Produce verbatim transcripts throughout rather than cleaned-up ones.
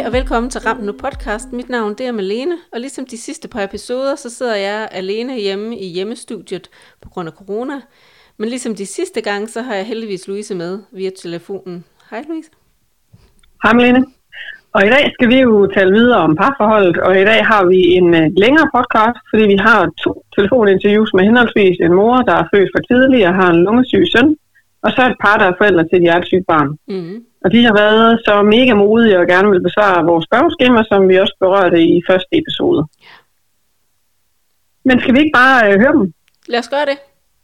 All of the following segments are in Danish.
og velkommen til Ram Nu podcast. Mit navn det er Malene, og ligesom de sidste par episoder, så sidder jeg alene hjemme i hjemmestudiet på grund af corona. Men ligesom de sidste gange, så har jeg heldigvis Louise med via telefonen. Hej Louise. Hej Malene. Og i dag skal vi jo tale videre om parforholdet, og i dag har vi en længere podcast, fordi vi har to telefoninterviews med henholdsvis en mor, der er født for tidligt og har en lungesyg søn, og så et par, der er forældre til et hjertesygt barn. Mm. Og de har været så mega modige og gerne vil besvare vores spørgeskema, som vi også berørte i første episode. Men skal vi ikke bare øh, høre dem? Lad os gøre det.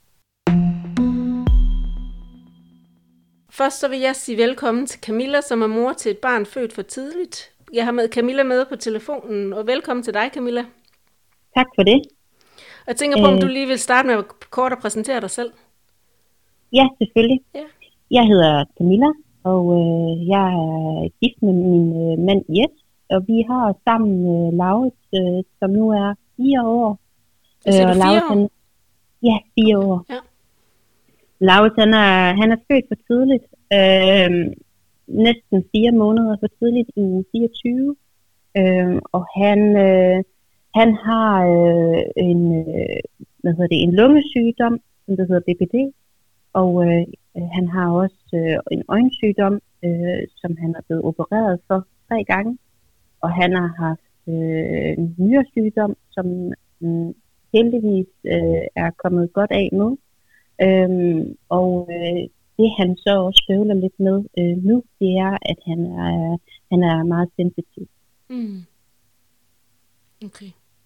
Først så vil jeg sige velkommen til Camilla, som er mor til et barn født for tidligt. Jeg har med Camilla med på telefonen, og velkommen til dig, Camilla. Tak for det. Og jeg tænker på, om du lige vil starte med at kort at præsentere dig selv. Ja, selvfølgelig. Ja. Jeg hedder Camilla, og øh, jeg er gift med min øh, mand Jes, og vi har sammen øh, Laurits, øh, som nu er fire år. Øh, fire Laurits, år? Han, ja, fire år. Ja. Laurits, han er, han er født for tidligt, øh, næsten fire måneder for tidligt i uge fireogtyve, øh, og han, øh, han har øh, en, øh, hvad hedder det, en lungesygdom, som det hedder B P D, og øh, han har også øh, en øjensygdom, øh, som han er blevet opereret for tre gange, og han har haft øh, en nyresygdom, som øh, heldigvis øh, er kommet godt af med. Øhm, og øh, det han så også støvler lidt med øh, nu, det er, at han er, han er meget sensitiv. Mm. Okay.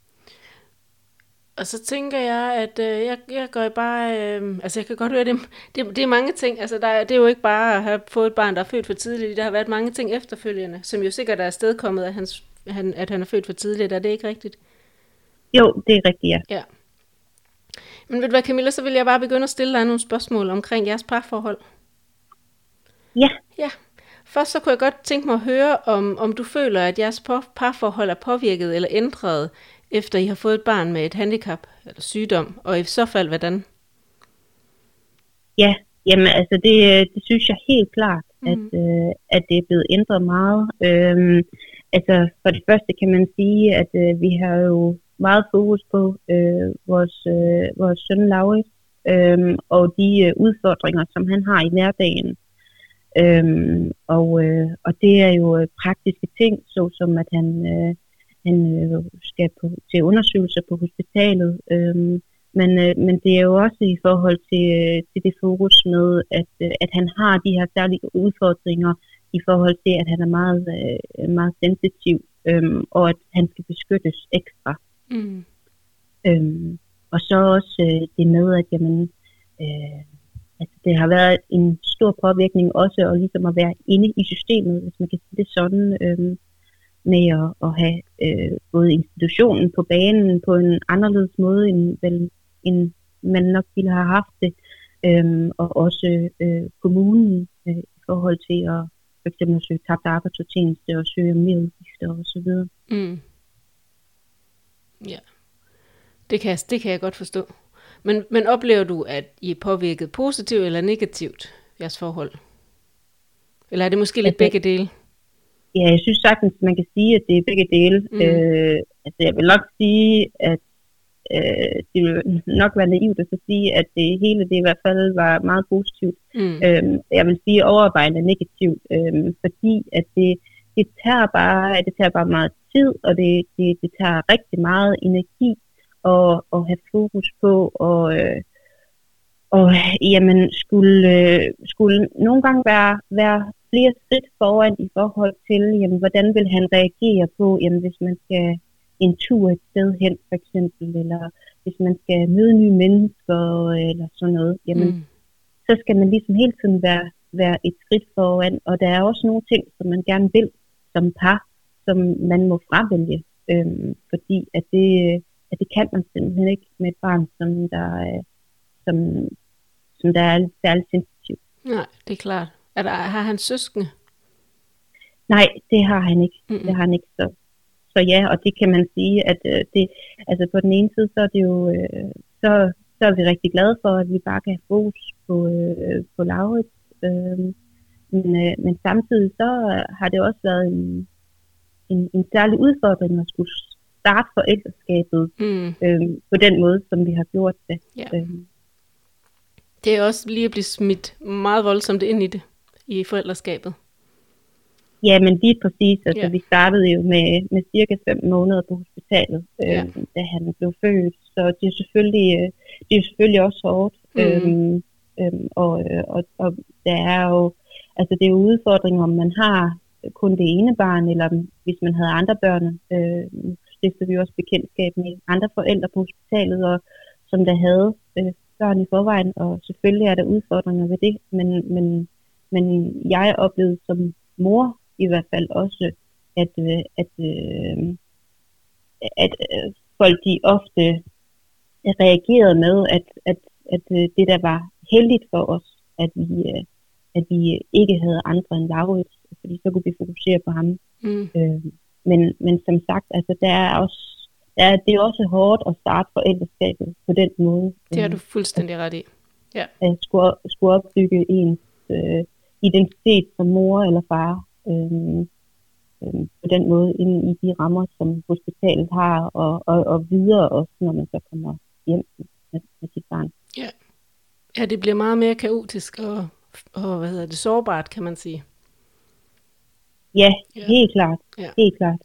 Og så tænker jeg, at øh, jeg, jeg gør bare, øh, altså jeg kan godt høre, det, det, det er mange ting, altså der, det er jo ikke bare at have fået et barn, der er født for tidligt, der har været mange ting efterfølgende, som jo sikkert er afstedkommet, at, hans, han, at han er født for tidligt, er det ikke rigtigt? Jo, det er rigtigt, ja. Ja. Men ved du hvad, Camilla, så vil jeg bare begynde at stille dig nogle spørgsmål omkring jeres parforhold. Ja. Ja. Først så kunne jeg godt tænke mig at høre, om, om du føler, at jeres parforhold er påvirket eller ændret, efter I har fået et barn med et handicap eller sygdom, og i så fald, hvordan? Ja, jamen altså det, det synes jeg helt klart, mm. at, øh, at det er blevet ændret meget. Øhm, altså for det første kan man sige, at øh, vi har jo meget fokus på øh, vores, øh, vores søn Laurits øh, og de øh, udfordringer, som han har i hverdagen. Øh, og, øh, og det er jo øh, praktiske ting, såsom at han, øh, han øh, skal på, til undersøgelser på hospitalet. Øh, men, øh, men det er jo også i forhold til, øh, til det fokus med, at, øh, at han har de her særlige udfordringer i forhold til, at han er meget, øh, meget sensitiv, øh, og at han skal beskyttes ekstra. Mm. Øhm, og så også øh, det med, at jamen, øh, altså, det har været en stor påvirkning også, og ligesom at være inde i systemet, hvis man kan sige det sådan, øh, med at, at have øh, både institutionen på banen på en anderledes måde, end, vel, end man nok ville have haft det, øh, og også øh, kommunen øh, i forhold til at for eksempel søge tabt arbejdsfortjeneste og søge mere udgifter osv. Mm. Ja, det kan, det kan jeg godt forstå. Men, men oplever du, at I er påvirket positivt eller negativt, jeres forhold? Eller er det måske lidt altså, begge dele? Ja, jeg synes sagtens, man kan sige, at det er begge dele. Mm. Øh, altså, jeg vil nok sige, at øh, det vil nok være naivt at sige, at det hele det i hvert fald var meget positivt. Mm. Øh, jeg vil sige, at overarbejdet er negativt, øh, fordi at det, det tager bare, det tager bare meget tid, og det, det, det tager rigtig meget energi at, at have fokus på, og, øh, og jamen, skulle, øh, skulle nogle gange være, være flere skridt foran i forhold til, jamen, hvordan vil han reagere på, jamen, hvis man skal en tur et sted hen, for eksempel, eller hvis man skal møde nye mennesker, eller sådan noget, jamen, mm. så skal man ligesom hele tiden være, være et skridt foran, og der er også nogle ting, som man gerne vil som par, som man må fravælge, øhm, fordi at det, at det kan man simpelthen ikke med et barn, som der, som, som der er særligt sensitiv. Nej, det er klart. Er der, har han søskende? Nej, det har han ikke. Mm-mm. Det har han ikke. Så, så ja, og det kan man sige, at øh, det, altså på den ene side, så er det jo, øh, så, så er vi rigtig glade for, at vi bare kan have fokus på, øh, på Laurits. Øh, men, øh, men samtidig så har det også været en, en, en særlig udfordring at skulle starte forældreskabet mm. øhm, på den måde, som vi har gjort det. Ja. Øhm. Det er også lige at blive smidt meget voldsomt ind i det, i forældreskabet. Ja, men lige præcis. Altså, ja. Vi startede jo med, med cirka fem måneder på hospitalet, ja. øhm, da han blev født. Så det er selvfølgelig, det er selvfølgelig også hårdt. Mm. Øhm, øhm, og, og, og der er jo, altså det er jo udfordringer, om man har kun det ene barn, eller hvis man havde andre børn. Øh, stiftede vi også bekendtskab med andre forældre på hospitalet, og som der havde øh, børn i forvejen, og selvfølgelig er der udfordringer ved det, men, men, men jeg oplevede som mor i hvert fald også, at, at, øh, at øh, folk de ofte reagerede med, at, at, at det der var heldigt for os, at vi, at vi ikke havde andre end Laurits, fordi så kunne vi fokusere på ham. Mm. Øh, men, men som sagt, altså, der er også, der er, det er også hårdt at starte forældreskabet på den måde. Det har du fuldstændig ret i. Ja. At skulle, skulle opbygge ens øh, identitet som mor eller far øh, øh, på den måde inde i de rammer, som hospitalet har, og, og, og videre også, når man så kommer hjem med, med sit barn. Ja. Ja, det bliver meget mere kaotisk og, og hvad hedder det, sårbart, kan man sige. Ja, ja. helt klart. Ja. Helt klart.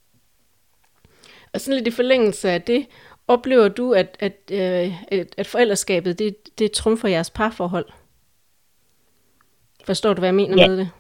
Og sådan lidt i forlængelse af det, oplever du, at, at, øh, at, at forældreskabet, det, det trumfer jeres parforhold? Forstår du, hvad jeg mener ja. med det?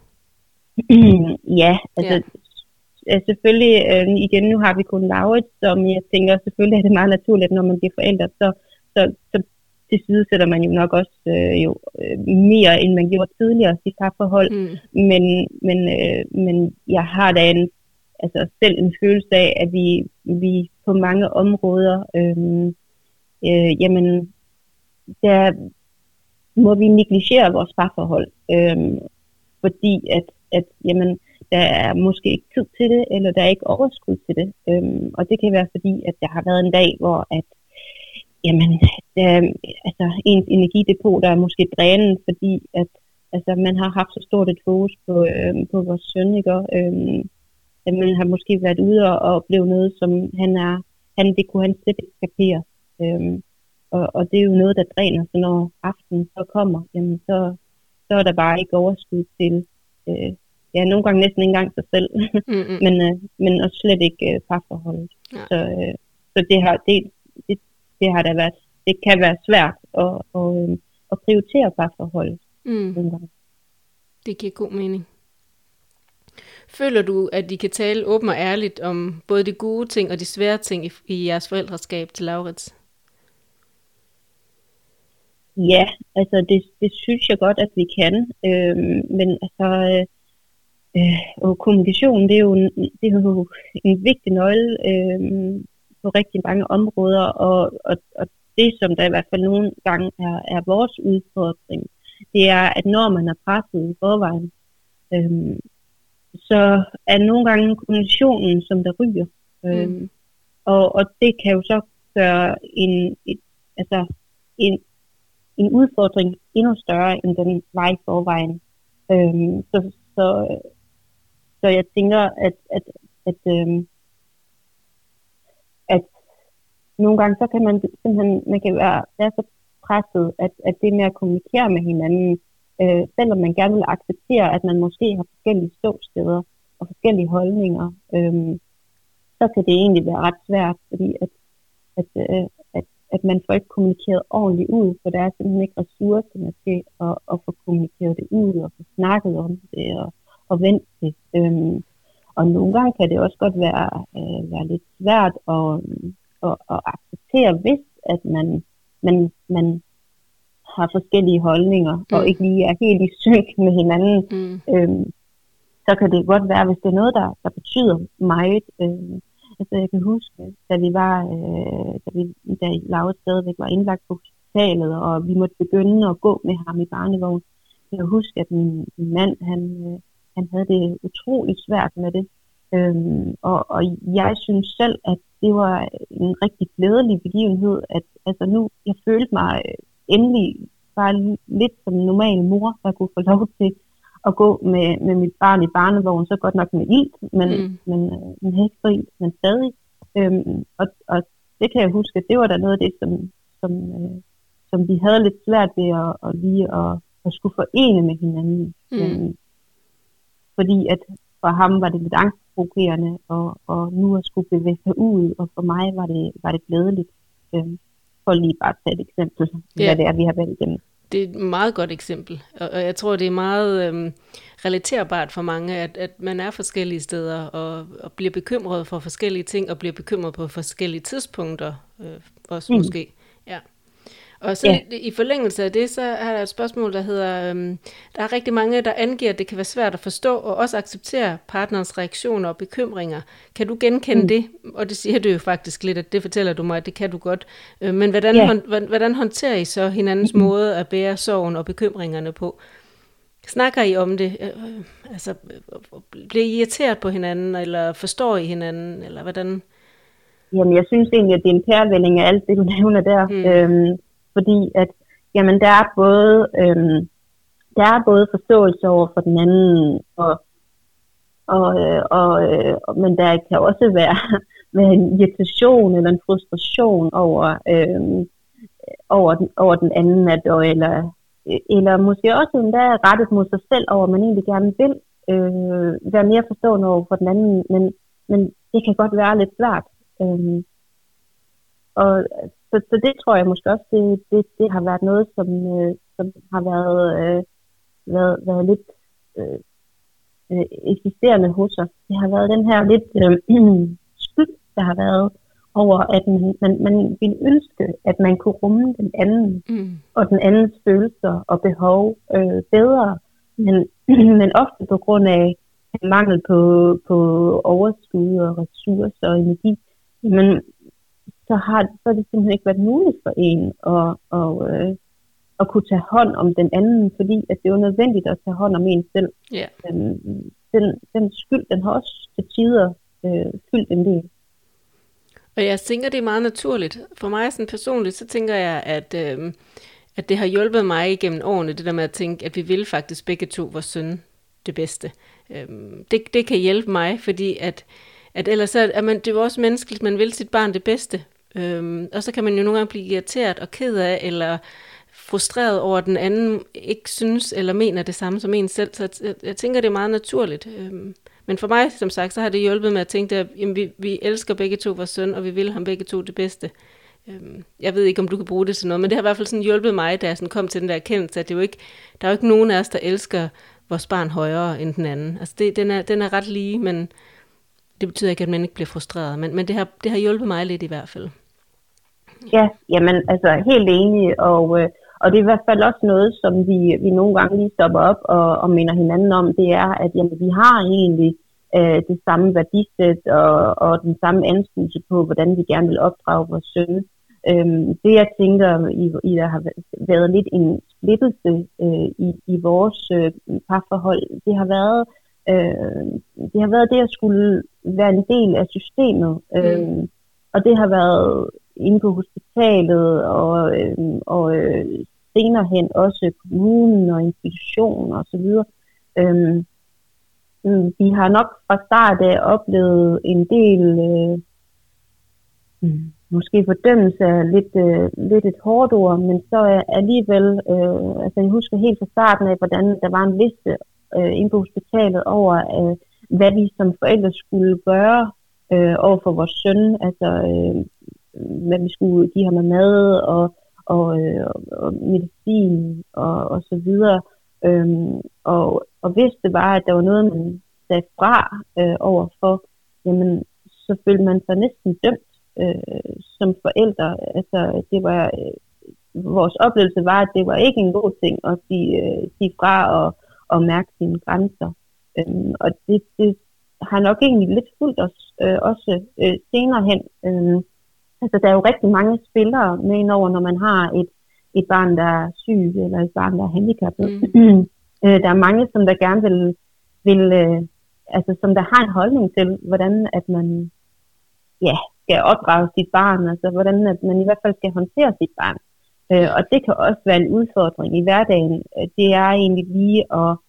ja, altså ja. selvfølgelig, øh, igen, nu har vi kun Laurits, som jeg tænker, selvfølgelig er det meget naturligt, når man bliver forældre, så, så, så til side sætter man jo nok også øh, jo, øh, mere, end man gjorde tidligere i parforhold, mm. men, men, øh, men jeg har da en, altså selv en følelse af, at vi, vi på mange områder, øh, øh, jamen, der må vi negligere vores parforhold, øh, fordi at, at jamen, der er måske ikke tid til det, eller der er ikke overskud til det, øh, og det kan være fordi, at der har været en dag, hvor at jamen, der, altså ens energidepot, der er måske drænet, fordi at, altså, man har haft så stort et fokus på, øh, på vores søn, ikke? Øh, at man har måske været ude og opleve noget, som han er, han, det kunne han slet ikke kapere. Øh, og, og det er jo noget, der dræner, så når aftenen så kommer, jamen, så, så er der bare ikke overskud til, øh, ja, nogle gange næsten ikke engang sig selv, men, øh, men også slet ikke øh, parforholdet. Ja. Så, øh, så det har, det, det Det har da været, det kan være svært at, at, at prioritere parforholdet. Mm. Det giver god mening. Føler du, at de kan tale åbent og ærligt om både de gode ting og de svære ting i, i jeres forældreskab til Laurits? Ja, altså det, det synes jeg godt, at vi kan. Øhm, men altså, øh, og kommunikation, det er jo en, det er jo en vigtig nøgle øh, på rigtig mange områder, og, og, og det, som der i hvert fald nogle gange er, er vores udfordring, det er, at når man er presset i forvejen, øhm, så er nogle gange kommunikationen, som der ryger. Øhm, mm. og, og det kan jo så gøre en, et, altså en, en udfordring endnu større, end den var i forvejen. Øhm, så, så, så jeg tænker, at, at, at øhm, at nogle gange så kan man simpelthen, man kan være, være så presset, at, at det med at kommunikere med hinanden, øh, selvom man gerne vil acceptere, at man måske har forskellige ståsteder og forskellige holdninger, øh, så kan det egentlig være ret svært, fordi at, at, øh, at, at man får ikke kommunikeret ordentligt ud, for der er simpelthen ikke ressourcerne til at, at få kommunikeret det ud, og få snakket om det, og, og vendt det. Øh, Og nogle gange kan det også godt være, øh, være lidt svært at, at, at acceptere, hvis at man, man, man har forskellige holdninger, mm. og ikke lige er helt i synk med hinanden. Mm. Øhm, så kan det godt være, hvis det er noget, der, der betyder meget. Øh, altså jeg kan huske, da vi var, øh, da, vi, da Laurits stadigvæk var indlagt på hospitalet, og vi måtte begynde at gå med ham i barnevogn. Jeg kan huske, at min, min mand, han... Øh, han havde det utrolig svært med det. Øhm, og, og jeg synes selv, at det var en rigtig glædelig begivenhed, at altså nu, jeg følte mig endelig bare lidt som en normal mor, der kunne få lov til at gå med, med mit barn i barnevogn, så godt nok med ild, men, mm. men, men hæsfri, men stadig. Øhm, og, og det kan jeg huske, at det var da noget af det, som, som, øh, som vi havde lidt svært ved at, at lige at, at skulle forene med hinanden. Mm. Øhm, fordi at for ham var det lidt angstprovokerende, og, og nu at skulle bevæge sig ud, og for mig var det, var det glædeligt. Øhm, for lige bare at tage et eksempel, ja. Hvad det er, vi har været igennem. Det er et meget godt eksempel, og jeg tror, det er meget øhm, relaterbart for mange, at, at man er forskellige steder, og, og bliver bekymret for forskellige ting, og bliver bekymret på forskellige tidspunkter, øh, også mm. måske. Ja. Og så ja. i forlængelse af det, så er der et spørgsmål, der hedder, øhm, der er rigtig mange, der angiver, at det kan være svært at forstå, og også acceptere partnerens reaktioner og bekymringer. Kan du genkende mm. det? Og det siger du jo faktisk lidt, at det fortæller du mig, at det kan du godt. Øh, men hvordan, ja. hånd, hvordan håndterer I så hinandens mm. måde at bære sorgen og bekymringerne på? Snakker I om det? Øh, altså, bliver I irriteret på hinanden, eller forstår I hinanden, eller hvordan? Jamen, jeg synes egentlig, at det er en pærevælling af alt det, du nævner der. Mm. Øhm, fordi at, jamen, der er både, øhm, der er både forståelse over for den anden, og, og, øh, og, øh, men der kan også være, være en irritation eller en frustration over, øh, over, den, over den anden, at, eller, eller måske også endda rettet mod sig selv over, at man egentlig gerne vil øh, være mere forstående over for den anden, men, men det kan godt være lidt svært. Øh, og Så, så det tror jeg måske også, det, det, det har været noget, som, øh, som har været, øh, været, været lidt øh, øh, eksisterende hos os. Det har været den her lidt øh, skyld, der har været over, at man, man, man ville ønske, at man kunne rumme den anden, mm. og den andens følelser og behov øh, bedre. Men, men ofte på grund af mangel på, på overskud og ressourcer og energi, men så har så har det simpelthen ikke været muligt for en at, at, øh, at kunne tage hånd om den anden, fordi at det er nødvendigt at tage hånd om en selv. Yeah. Den, den, den skyld, den har også til tider øh, fyldt en del. Og jeg tænker, det er meget naturligt. For mig sådan personligt, så tænker jeg, at, øh, at det har hjulpet mig igennem årene, det der med at tænke, at vi vil faktisk begge to vores søn det bedste. Øh, det, det kan hjælpe mig, fordi at, at ellers er, at man, det er jo også menneskeligt, man vil sit barn det bedste. Øhm, og så kan man jo nogle gange blive irriteret og ked af, eller frustreret over, at den anden ikke synes eller mener det samme som en selv. Så jeg, jeg tænker, det er meget naturligt. Øhm, men for mig, som sagt, så har det hjulpet med at tænke, at jamen, vi, vi elsker begge to vores søn, og vi vil ham begge to det bedste. Øhm, jeg ved ikke, om du kan bruge det til noget, men det har i hvert fald sådan hjulpet mig, da jeg sådan kom til den der erkendelse, at det er jo ikke, der er jo ikke nogen af os, der elsker vores barn højere end den anden. Altså det, den, er, den er ret lige, men det betyder ikke, at man ikke bliver frustreret. Men, men det, har, det har hjulpet mig lidt i hvert fald. Ja, jamen altså helt enig, og, øh, og det er i hvert fald også noget, som vi, vi nogle gange lige stopper op og, og minder hinanden om, det er, at jamen, vi har egentlig øh, det samme værdisæt og, og den samme anskuelse på, hvordan vi gerne vil opdrage vores søn. Øhm, det jeg tænker, I, I der har været lidt en splittelse øh, i, i vores øh, parforhold, det har været øh, det har været det at skulle være en del af systemet, øh, mm. og det har været inde på hospitalet og, øh, og øh, senere hen også kommunen og institutioner og så videre. Øh, vi har nok fra start af oplevet en del øh, måske fordømmelse af lidt, øh, lidt et hårdt ord, men så er alligevel, øh, altså jeg husker helt fra starten af, hvordan der var en liste øh, inde på hospitalet over, øh, hvad vi som forældre skulle gøre øh, over for vores søn, altså øh, hvad vi skulle give ham af mad og, og, øh, og medicin og, og så videre. Øhm, og, og hvis det var, at der var noget, man sagde fra øh, overfor, jamen så følte man sig næsten dømt øh, som forældre. Altså det var, øh, vores oplevelse var, at det var ikke en god ting at sige, øh, sige fra og, og mærke sine grænser. Øhm, og det, det har nok egentlig lidt fulgt os øh, også øh, senere hen. Øhm, altså der er jo rigtig mange spillere med indover, når man har et, et barn, der er syg, eller et barn, der er handicappet. Mm. øh, der er mange, som der gerne vil, vil øh, altså som der har en holdning til, hvordan at man ja, skal opdrage sit barn, altså hvordan at man i hvert fald skal håndtere sit barn. Øh, og det kan også være en udfordring i hverdagen. Det er egentlig lige at,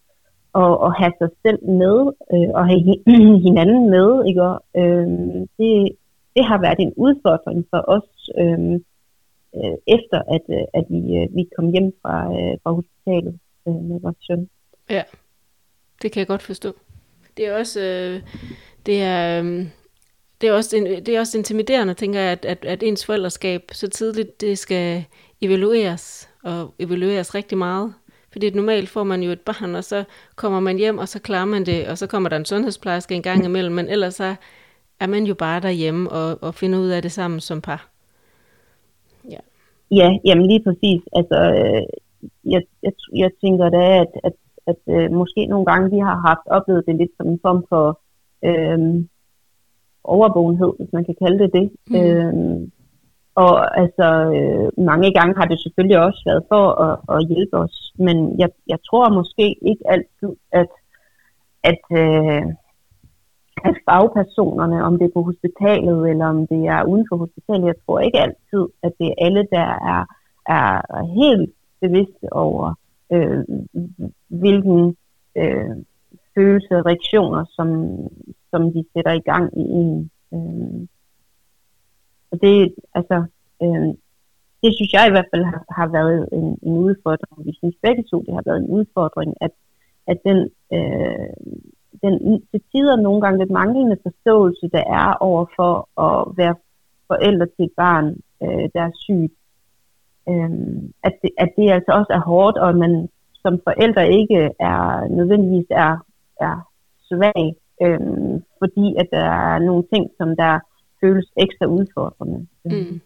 og, og have sig selv med, øh, og have hinanden med, ikke? Øh, det, det har været en udfordring for os, øh, øh, efter at, at vi, vi kom hjem fra, øh, fra hospitalet øh, med vores søn. Ja, det kan jeg godt forstå. Det er også, øh, det er, øh, det er også, det er også intimiderende, tænker jeg, at, at, at ens forældreskab så tidligt, det skal evalueres, og evalueres rigtig meget. Fordi normalt får man jo et barn, og så kommer man hjem, og så klarer man det, og så kommer der en sundhedsplejerske en gang imellem, men ellers så er man jo bare derhjemme og, og finder ud af det sammen som par. Ja, ja, jamen lige præcis. Altså, øh, jeg, jeg, jeg tænker da, at, at, at øh, måske nogle gange vi har haft oplevet det lidt som en form for øh, overvågenhed, hvis man kan kalde det det. Mm. Øh, og altså, øh, mange gange har det selvfølgelig også været for at, at hjælpe os, men jeg, jeg tror måske ikke altid, at, at, øh, at fagpersonerne, om det er på hospitalet eller om det er uden for hospitalet, jeg tror ikke altid, at det er alle, der er, er helt bevidste over, øh, hvilken øh, følelse og reaktioner, som, som de sætter i gang i en. Øh, Og det, altså, øh, det synes jeg i hvert fald har, har været en, en udfordring. Vi synes begge to, det har været en udfordring, at, at den, øh, den til tider nogle gange lidt manglende forståelse, der er over for at være forældre til et barn, øh, der er sygt, øh, at, det, at det altså også er hårdt, og at man som forældre ikke er nødvendigvis er, er svag, øh, fordi at der er nogle ting, som der føles ekstra udfordrende. Mm.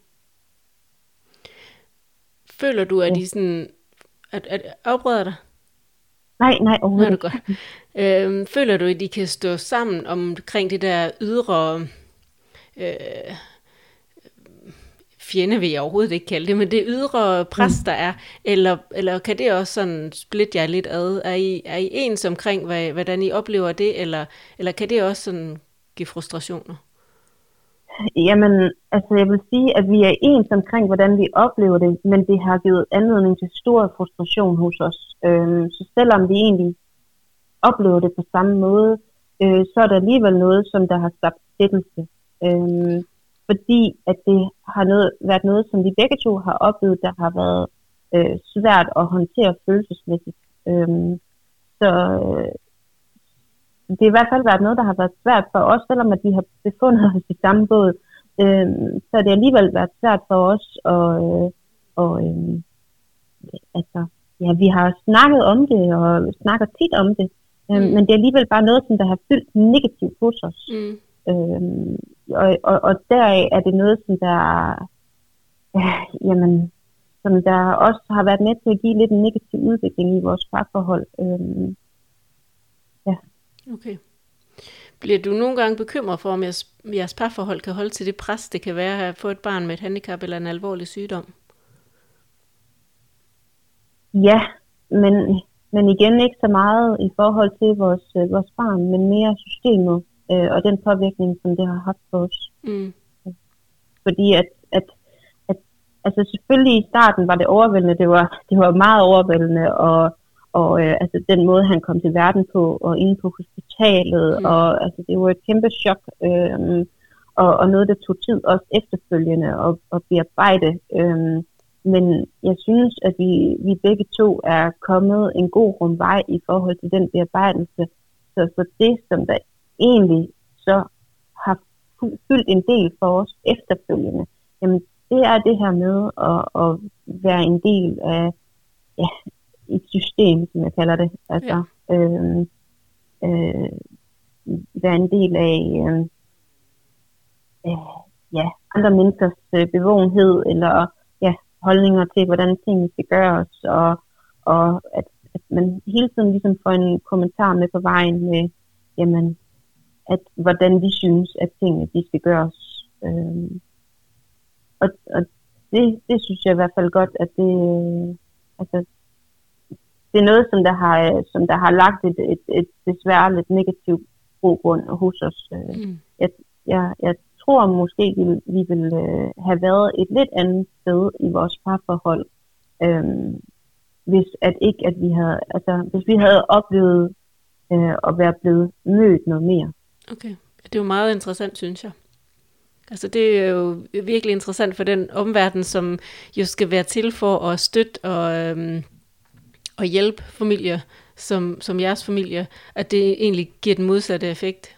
Føler du, at de sådan, at, at afbryder dig? Nej, nej, overhovedet. Nej, det er godt. Øhm, føler du, at de kan stå sammen omkring det der ydre øh, fjende, vil jeg overhovedet ikke kalde det, men det ydre pres, mm. der er, eller, eller kan det også sådan splitte jer lidt ad? Er I, er I ens omkring, hvad, hvordan I oplever det, eller, eller kan det også sådan give frustrationer? Jamen, altså jeg vil sige, at vi er ens omkring, hvordan vi oplever det, men det har givet anledning til stor frustration hos os. Øhm, så selvom vi egentlig oplever det på samme måde, øh, så er der alligevel noget, som der har skabt splittelse. Øhm, fordi at det har noget, været noget, som vi begge to har oplevet, der har været øh, svært at håndtere følelsesmæssigt. Øhm, så øh, det har i hvert fald været noget, der har været svært for os, selvom at vi har befundet os i samme båd. Øh, så det har alligevel været svært for os, og, øh, og øh, altså, ja, vi har snakket om det, og snakker tit om det, øh, mm. men det er alligevel bare noget, som der har fyldt negativt hos os. Mm. Øh, og, og, og deraf er det noget, som der, øh, jamen, som der også har været med til at give lidt en negativ udvikling i vores parforhold. Øh, ja. Okay. Bliver du nogle gange bekymret for, om jeres, jeres parforhold kan holde til det pres, det kan være at få et barn med et handicap eller en alvorlig sygdom? Ja, men, men igen ikke så meget i forhold til vores, vores barn, men mere systemet øh, og den påvirkning, som det har haft på os. Mm. Fordi at, at, at altså selvfølgelig i starten var det overvældende, det var, det var meget overvældende, og Og øh, altså den måde, han kom til verden på, og inde på hospitalet, mm. og altså det var et kæmpe chok, øh, og, og noget, der tog tid også efterfølgende at, at bearbejde. Øh, men jeg synes, at vi, vi begge to er kommet en god rumvej i forhold til den bearbejdelse. Så, så det, som der egentlig så har fyldt en del for os efterfølgende, jamen det er det her med at, at være en del af, ja, et system, som jeg kalder det. Altså, ja. øh, øh, være en del af øh, øh, ja, andre menneskers øh, bevågenhed, eller ja, holdninger til, hvordan tingene skal gøres, og, og at, at man hele tiden ligesom får en kommentar med på vejen med, jamen, at hvordan vi synes, at tingene de skal gøres. Øh, og og det, det synes jeg i hvert fald godt, at det, øh, altså, det er noget, som der har, som der har lagt et, et, et desværre lidt negativt grogrund hos os. Mm. Jeg, jeg, jeg tror måske, vi, vi ville have været et lidt andet sted i vores parforhold, øhm, hvis at ikke at vi havde, altså hvis vi havde oplevet øh, og være blevet mødt noget mere. Okay, det er jo meget interessant, synes jeg. Altså det er jo virkelig interessant for den omverden, som jo skal være til for at støtte og, øhm, og hjælpe familier, som, som jeres familie, at det egentlig giver den modsatte effekt.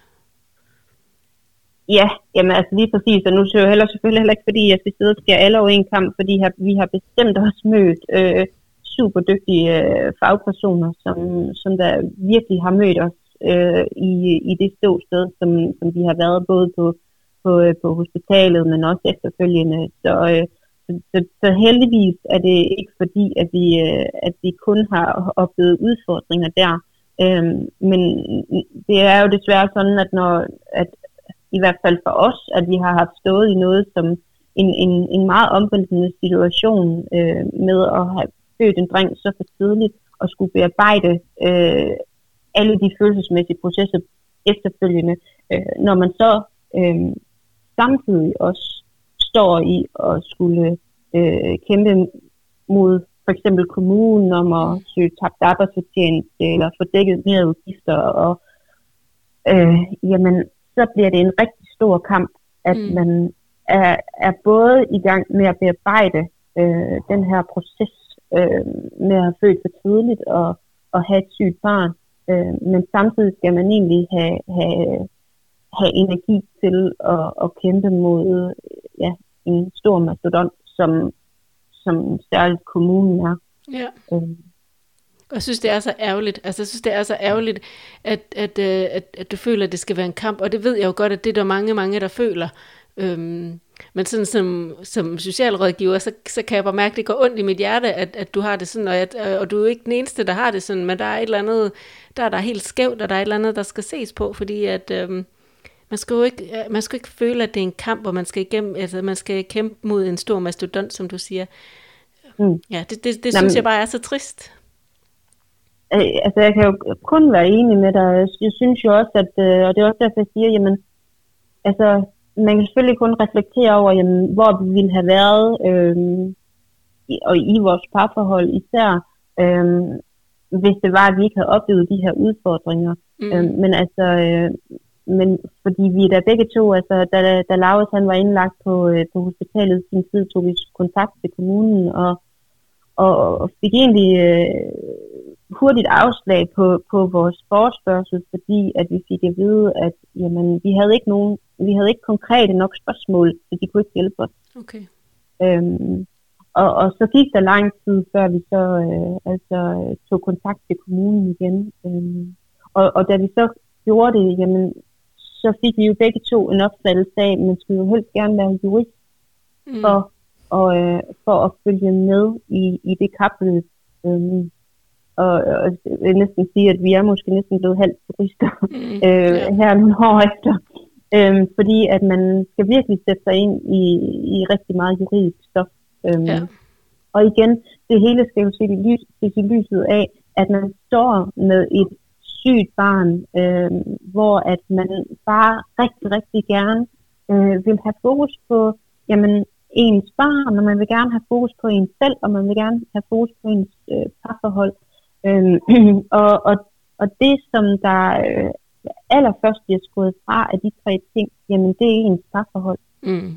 Ja, jamen altså lige præcis, og nu ser jeg heller selvfølgelig heller ikke, fordi jeg skal sidde og skære alle over en kamp, fordi her, vi har bestemt også mødt øh, super dygtige øh, fagpersoner, som, som der virkelig har mødt os øh, i, i det ståsted, som, som vi har været både på, på, på hospitalet, men også efterfølgende. Så, øh, så, så heldigvis er det ikke fordi, at vi, øh, at vi kun har oplevet udfordringer der. Øh, men det er jo desværre sådan, at når at i hvert fald for os, at vi har haft stået i noget som en, en, en meget omvæltende situation øh, med at have født en dreng så for tidligt og skulle bearbejde øh, alle de følelsesmæssige processer efterfølgende. Øh, når man så øh, samtidig også står i at skulle øh, kæmpe mod for eksempel kommunen om at søge tabt arbejdsfortjeneste eller få dækket mere udgifter, og øh, jamen så bliver det en rigtig stor kamp, at mm. man er, er både i gang med at bearbejde øh, den her proces øh, med at have født for tidligt og, og have et sygt barn, øh, men samtidig skal man egentlig have, have, have energi til at, at kæmpe mod ja, en stor mastodont, som, som særligt kommunen er. Ja. Øh. Og jeg synes, det er så ærgerligt. Altså, jeg synes, det er så ærgerligt, at, at, at, at du føler, at det skal være en kamp. Og det ved jeg jo godt, at det er der mange, mange, der føler. Øhm, men sådan som, som socialrådgiver, så, så kan jeg bare mærke, at det går ondt i mit hjerte, at, at du har det sådan. Og, at, og du er jo ikke den eneste, der har det sådan, men der er et eller andet, der er der helt skævt, og der er et eller andet, der skal ses på. Fordi at øhm, man skal jo ikke, man skal ikke føle, at det er en kamp, hvor man skal igennem, altså man skal kæmpe mod en stor mastodont, som du siger. Mm. Ja, det, det, det synes jeg bare er så trist. Altså, jeg kan jo kun være enig med dig. Jeg synes jo også, at, og det er også derfor, jeg siger, jamen, altså, man kan selvfølgelig kun reflektere over, jamen, hvor vi ville have været, øhm, og i vores parforhold især, øhm, hvis det var, at vi ikke havde oplevet de her udfordringer. Mm. Øhm, men altså, øh, men fordi vi da begge to, altså, da, da Laurits han var indlagt på, øh, på hospitalet i sin tid, tog vi kontakt til kommunen, og, og, og fik egentlig øh, hurtigt afslag på, på vores forespørgsel, fordi at vi fik at vide, at jamen, vi havde ikke nogen, vi havde ikke konkrete nok spørgsmål, så de kunne ikke hjælpe os. Okay. Øhm, og, og så gik der lang tid, før vi så øh, altså, tog kontakt til kommunen igen. Øhm, og, og da vi så gjorde det, jamen, så fik vi jo begge to en opfattelse af, men skulle jo helst gerne være jurist mm. for, og, øh, for at følge med i, i det kapløb. Øhm, Og, og jeg vil næsten sige, at vi er måske næsten blevet halvt turister mm, øh, yeah. her nogle år efter. Øhm, fordi at man skal virkelig sætte sig ind i, i rigtig meget juridisk stof. Øhm, yeah. Og igen, det hele skal jo ses i, lys, ses i lyset af, at man står med et sygt barn, øh, hvor at man bare rigtig, rigtig gerne øh, vil have fokus på jamen, ens barn, og man vil gerne have fokus på ens selv, og man vil gerne have fokus på ens øh, parforhold. Øhm, og, og, og det, som der øh, allerførst bliver skåret fra af de tre ting, jamen det er ens parforhold. Mm.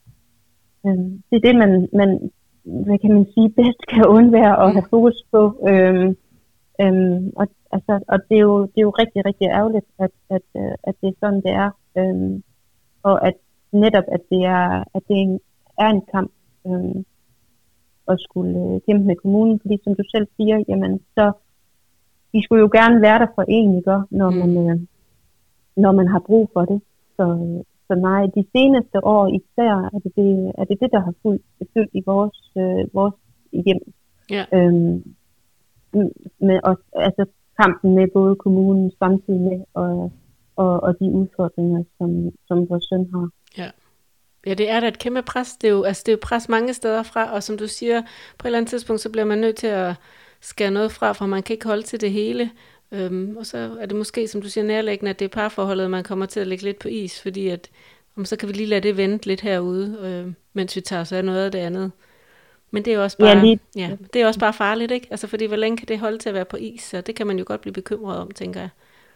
Øhm, det er det, man, man, hvad kan man sige, bedst kan undvære at have fokus på. Øhm, øhm, og, altså, og det, er jo, det er jo rigtig, rigtig ærgerligt, at, at, at det er sådan, det er. Øhm, og at netop, at det er, at det er, en, er en kamp. Øhm, og skulle kæmpe med kommunen, fordi som du selv siger, jamen så de skulle jo gerne være der for en, ikke? Når man mm. øh, når man har brug for det. Så, så nej, de seneste år især er det det, er det, det der har fulgt fyldt i vores øh, vores hjem. Yeah. Øhm, med os, altså kampen med både kommunen samtidig med og og, og de udfordringer som som vores søn har. Yeah. Ja, det er da et kæmpe pres. Det er jo, altså det er jo pres mange steder fra, og som du siger, på et eller andet tidspunkt, så bliver man nødt til at skære noget fra, for man kan ikke holde til det hele. Øhm, og så er det måske, som du siger, nærliggende, at det er parforholdet, man kommer til at lægge lidt på is, fordi at, om så kan vi lige lade det vente lidt herude, øh, mens vi tager så noget af det andet. Men det er jo også bare, ja, lige... ja, det er også bare farligt, ikke? Altså, fordi hvor længe kan det holde til at være på is, så det kan man jo godt blive bekymret om, tænker jeg.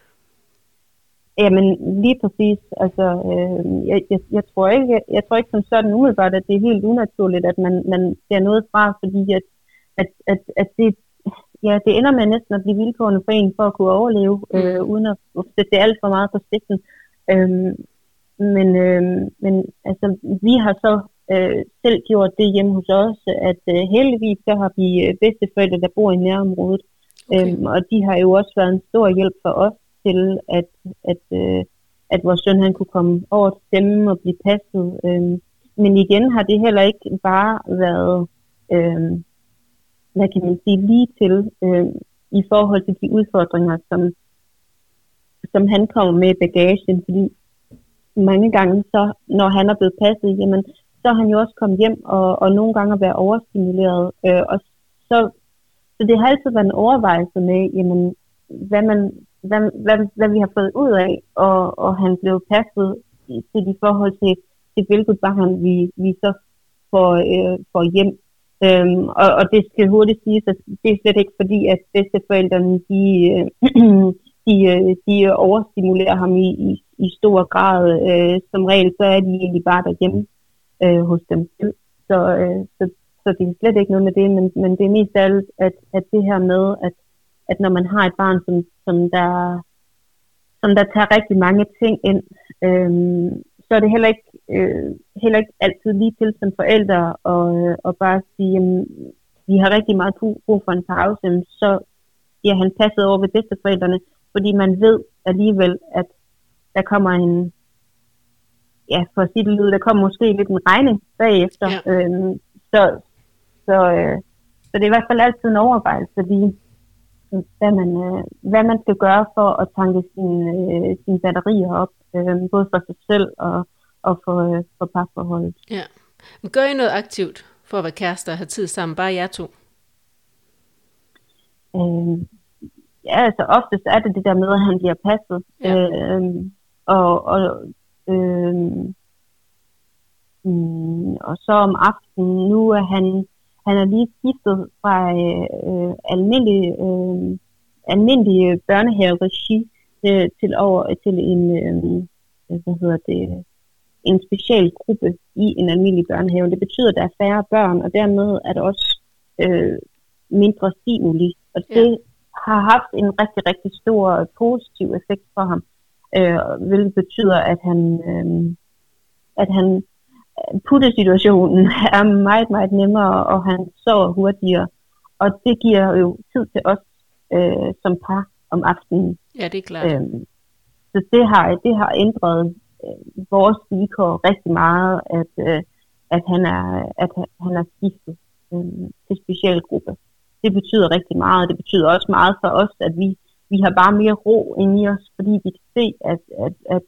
Jamen lige præcis. Altså, øh, jeg, jeg, jeg, tror ikke, jeg tror ikke som sådan umiddelbart, at det er helt unaturligt, at man, man ser noget fra, fordi at, at, at, at det, ja, det ender med næsten at blive vilkårene for en for at kunne overleve, øh, uden at sætte det alt for meget på stiften. Øh, men, øh, men altså, vi har så øh, selv gjort det hjemme hos os, at øh, heldigvis så har vi bedsteforældre, der bor i nærområdet, okay. øh, og de har jo også været en stor hjælp for os til, at, at, øh, at vores søn han kunne komme over til dem og blive passet. Øh, men igen har det heller ikke bare været, øh, hvad kan man sige, lige til øh, i forhold til de udfordringer, som, som han kommer med i bagagen, fordi mange gange, så, når han er blevet passet, jamen, så har han jo også kommet hjem og, og nogle gange været overstimuleret. Øh, og så, så det har altid været en overvejelse med, jamen, hvad man Hvad, hvad, hvad vi har fået ud af, og, og han blev passet til de forhold til, til hvilket barn vi, vi så får, øh, får hjem. Øhm, og, og det skal hurtigt siges, at det er slet ikke fordi, at bedsteforældrene de, øh, de, de overstimulerer ham i, i, i stor grad. Øh, som regel så er de egentlig bare derhjemme øh, hos dem selv. Så, øh, så, så det er slet ikke noget med det, men, men det er mest af alt, at, at det her med, at at når man har et barn, som, som, der, som der tager rigtig mange ting ind, øhm, så er det heller ikke, øh, heller ikke altid lige til som forældre og, og bare sige, jamen, vi har rigtig meget brug for en pause, så bliver han passet over ved bedsteforældrene, fordi man ved alligevel, at der kommer en, ja, for at sige det lyde, der kommer måske lidt en regning bagefter. Ja. Øhm, så, så, øh, så det er i hvert fald altid en overvejelse, lige Hvad man, øh, hvad man skal gøre for at tanke sine, øh, sine batterier op, øh, både for sig selv og, og for, øh, for parforholdet. Ja. Men gør I noget aktivt for at være kærester og have tid sammen, bare jer to? Øh, ja, altså oftest er det det der med, at han bliver passet. Ja. Øh, og, og, øh, øh, og så om aftenen, nu er han Han er lige skiftet fra øh, almindelig, øh, almindelig børnehaveregi øh, til over til en, øh, hvad hedder det, en special gruppe i en almindelig børnehave. Det betyder, at der er færre børn, og dermed er der også øh, mindre stimuli. Og det ja. har haft en rigtig, rigtig stor positiv effekt for ham, øh, hvilket betyder, at han, øh, at han puttesituationen er meget, meget nemmere, og han sover hurtigere. Og det giver jo tid til os øh, som par om aftenen. Ja, det er klart. Øhm, så det har, det har ændret øh, vores vilkår rigtig meget, at, øh, at, han er, at han er skiftet øh, til specialgruppe. Det betyder rigtig meget. Det betyder også meget for os, at vi, vi har bare mere ro inde i os, fordi vi kan se, at, at, at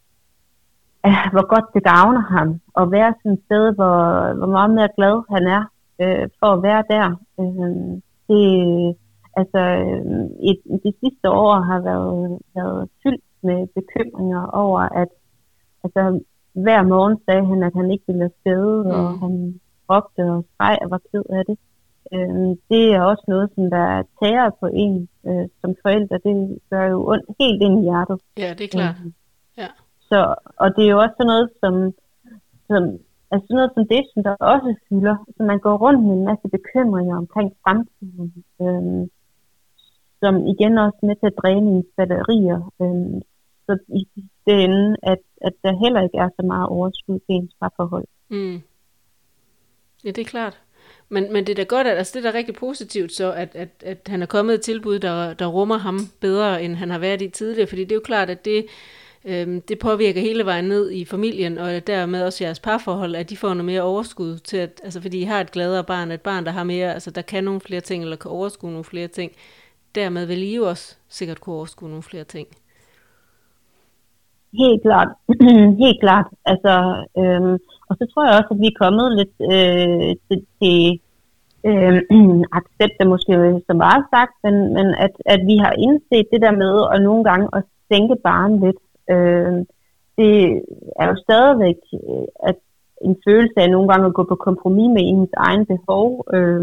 hvor godt det gavner ham at være sådan et sted, hvor, hvor meget mere glad han er øh, for at være der. Øh, det, altså, et, det sidste år har været, været fyldt med bekymringer over, at altså, hver morgen sagde han, at han ikke ville afsted, mm. og han råbte og skreg og var ked af det. Øh, det er også noget, som der tager på en øh, som forældre. Det gør jo ondt helt ind i hjertet. Ja, det er klart. Øh, ja. Så, og det er jo også sådan noget, som, som, altså sådan noget som det, som der også fylder. Så man går rundt med en masse bekymringer omkring fremtiden, øhm, som igen også er med til at dræne ens batterier. Øhm, så i det ende, at, at der heller ikke er så meget overskud til ens parforhold. Mm. Ja, det er klart. Men, men det er da godt, at altså det er da rigtig positivt, så at, at, at han er kommet et tilbud, der, der rummer ham bedre, end han har været i tidligere. Fordi det er jo klart, at det... Det påvirker hele vejen ned i familien, og dermed også jeres parforhold, at de får noget mere overskud til, at, altså fordi I har et gladere barn, et barn, der har mere, altså der kan nogle flere ting, eller kan overskue nogle flere ting. Dermed vil I jo også sikkert kunne overskue nogle flere ting. Helt klart. Helt klart. Altså, øhm, og så tror jeg også, at vi er kommet lidt øh, til, til øh, accept, der måske så meget sagt, men, men at, at vi har indset det der med, og nogle gange at sænke barnet lidt. Øh, det er jo stadigvæk øh, at en følelse af nogle gange at gå på kompromis med ens egen behov. Øh,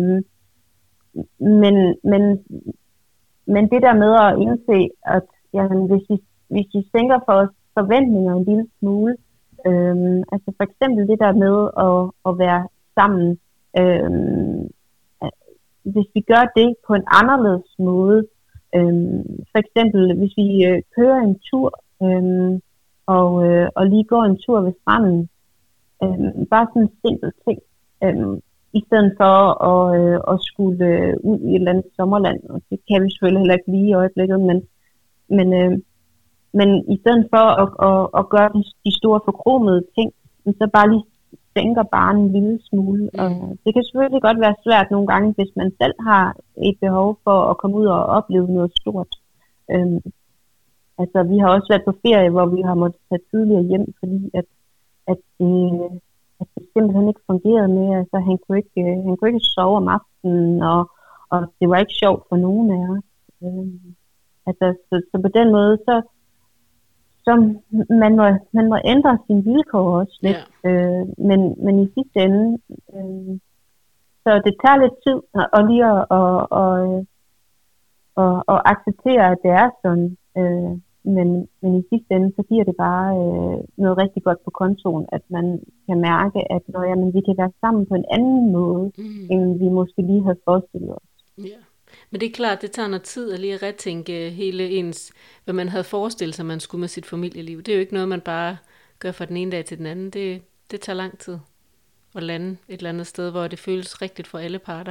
men, men, men det der med at indse, at jamen, hvis, vi, hvis vi sænker for os forventninger en lille smule, øhm, altså for eksempel det der med at, at være sammen, øhm, hvis vi gør det på en anderledes måde, øhm, for eksempel hvis vi øh, kører en tur, øhm, og, øh, og lige går en tur ved stranden, øhm, bare sådan en simpel ting, øhm, i stedet for at, øh, at skulle øh, ud i et eller andet sommerland, og det kan vi selvfølgelig heller ikke lige i øjeblikket, men, men, øh, men i stedet for at, at, at gøre de, de store forkromede ting, så bare lige sænker bare en lille smule. Mm. Og det kan selvfølgelig godt være svært nogle gange, hvis man selv har et behov for at komme ud og opleve noget stort. Øhm, altså vi har også været på ferie, hvor vi har måttet tage tidligere hjem, fordi at, at det... at det simpelthen ikke fungerede med, altså han kunne ikke, han kunne ikke sove om aftenen, og, og det var ikke sjovt for nogen af os. Øhm, altså, så, så på den måde, så, så man, må, man må ændre sine vilkår også lidt, yeah. øh, men, men i sidste ende, øh, så det tager lidt tid at lige at, at, at, at, at acceptere, at det er sådan, øh, Men, men i sidste ende, så giver det bare øh, noget rigtig godt på kontoen, at man kan mærke, at når, jamen, vi kan være sammen på en anden måde, mm. end vi måske lige havde forestillet os. Ja, men det er klart, det tager noget tid at lige at retænke hele ens, hvad man havde forestillet sig, man skulle med sit familieliv. Det er jo ikke noget, man bare gør fra den ene dag til den anden. Det, det tager lang tid at lande et eller andet sted, hvor det føles rigtigt for alle parter.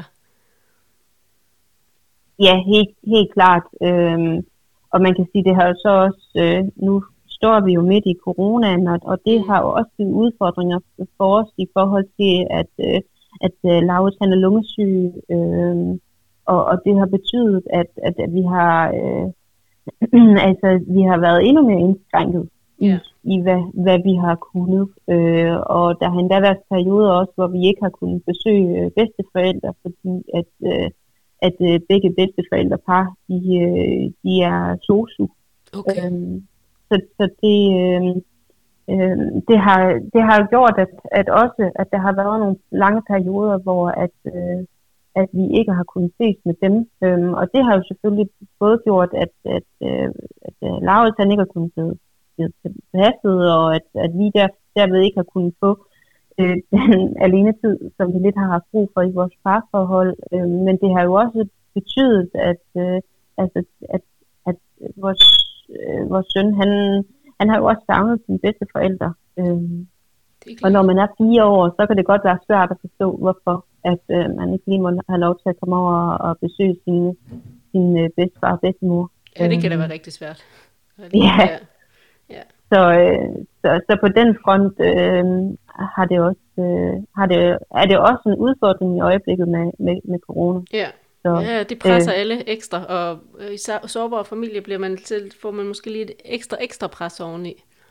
Ja, helt, helt klart. Øhm, Og man kan sige, det har jo så også, øh, nu står vi jo midt i coronaen, og, og det har jo også givet udfordringer for os i forhold til, at, øh, at øh, Laurits han er lungesyg, øh, og, og det har betydet, at, at, at vi har øh, altså vi har været endnu mere indskrænket yeah. i, i hvad, hvad vi har kunnet. Øh, og der har endda været perioder også, hvor vi ikke har kunnet besøge bedsteforældre, fordi at øh, at øh, begge bedsteforældrepar, de, øh, de er sosu. Okay. Øhm, så, så det, øh, øh, det, har, det har gjort, at, at også, at der har været nogle lange perioder, hvor at, øh, at vi ikke har kunnet ses med dem. Øhm, og det har jo selvfølgelig både gjort, at, at, øh, at øh, Laurits han ikke har kunnet blive passet, og at, at vi der, derved ikke har kunnet få Øh, den alenetid, som vi lidt har haft brug for i vores parforhold. Øh, men det har jo også betydet, at, øh, altså, at, at vores, øh, vores søn, han, han har jo også savnet sine bedsteforældre. Øh, og når man er fire år, så kan det godt være svært at forstå, hvorfor at øh, man ikke lige må have lov til at komme over og besøge sin, sin øh, bedstefar og bedstemor. Ja, det kan da være rigtig svært. Ja. Ja. Så, øh, så, så på den front øh, har det også, øh, har det, er det også en udfordring i øjeblikket med, med, med corona. Ja. Så, ja, det presser øh, alle ekstra, og i sårbare familie bliver man til, får man måske lige et ekstra, ekstra pres oveni.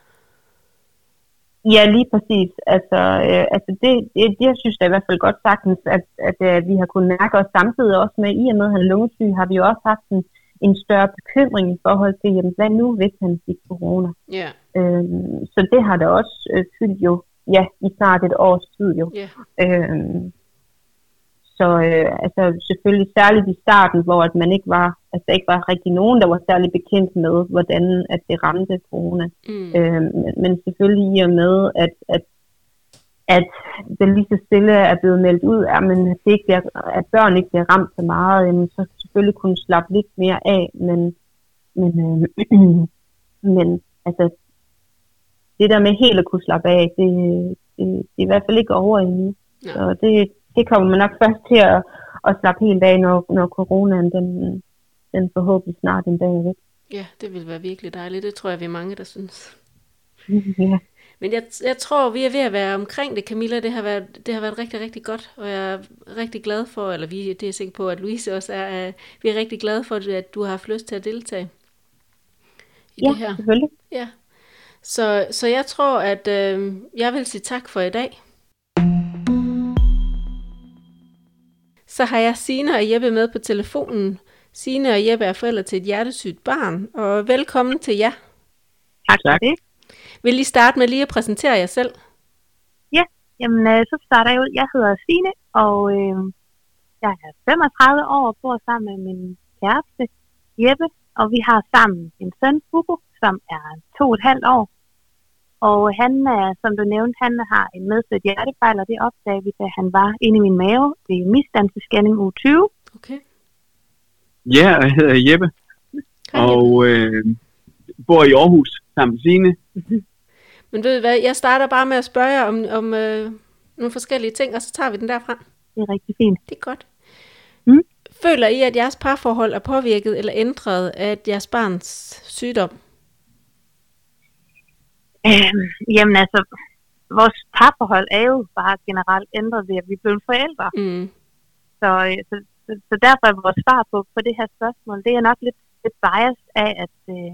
Ja, lige præcis. Altså, øh, altså det, det, det, jeg synes jeg i hvert fald godt sagtens, at, at, at vi har kunnet mærke os samtidig også med, i og med at han er lungesyg, har vi jo også haft en en større bekymring i forhold til, jamen, hvad nu, hvis han fik corona. Yeah. Øhm, så det har det også øh, fyldt jo, ja, i snart et års tid jo. Yeah. Øhm, så øh, altså selvfølgelig særligt i starten, hvor at man ikke var, altså ikke var rigtig nogen, der var særlig bekendt med, hvordan at det ramte corona. Mm. Øhm, men, men selvfølgelig i og med, at, at at det lige så stille er blevet meldt ud, at, man, at, det ikke bliver, at børn ikke bliver ramt så meget, jamen, så selvfølgelig kunne slappe lidt mere af, men, men, øh, men altså, det der med helt at kunne slappe af, det, det, det er i hvert fald ikke over endnu. Ja. Så det, det kommer man nok først til at, at slappe helt af, når, når coronaen den, den forhåbentlig snart en dag er væk. Ja, det vil være virkelig dejligt. Det tror jeg, vi er mange, der synes. Ja. Men jeg, jeg tror, vi er ved at være omkring det, Camilla. Det har været, det har været rigtig, rigtig godt, og jeg er rigtig glad for, eller vi, det er jeg sikker på, at Louise også er, vi er rigtig glade for, at du har haft lyst til at deltage i ja, det her. Selvfølgelig. Ja, så, så jeg tror, at øh, jeg vil sige tak for i dag. Så har jeg Signe og Jeppe med på telefonen. Signe og Jeppe er forældre til et hjertesygt barn, og velkommen til jer. Tak for det. Vil I starte med lige at præsentere jer selv? Ja, jamen øh, så starter jeg ud. Jeg hedder Signe, og øh, jeg er femogtredive år og bor sammen med min kæreste, Jeppe. og vi har sammen en søn, Hugo, som er to og et halvt år. Og han, som du nævnte, han har en medfødt hjertefejl, og det opdagede vi, da han var inde i min mave ved misdannelsesscanning uge tyve. Okay. Ja, jeg hedder Jeppe, Hej, og øh, bor i Aarhus sammen med Signe. Men ved du hvad, jeg starter bare med at spørge jer om, om øh, nogle forskellige ting, og så tager vi den derfra. Det er rigtig fint. Det er godt. Mm. Føler I, at jeres parforhold er påvirket eller ændret af jeres barns sygdom? Øhm, jamen altså, vores parforhold er jo bare generelt ændret ved, at vi blev forældre. Mm. Så, så, så, så derfor er vores svar på, på det her spørgsmål, det er nok lidt, lidt biased af, at, øh,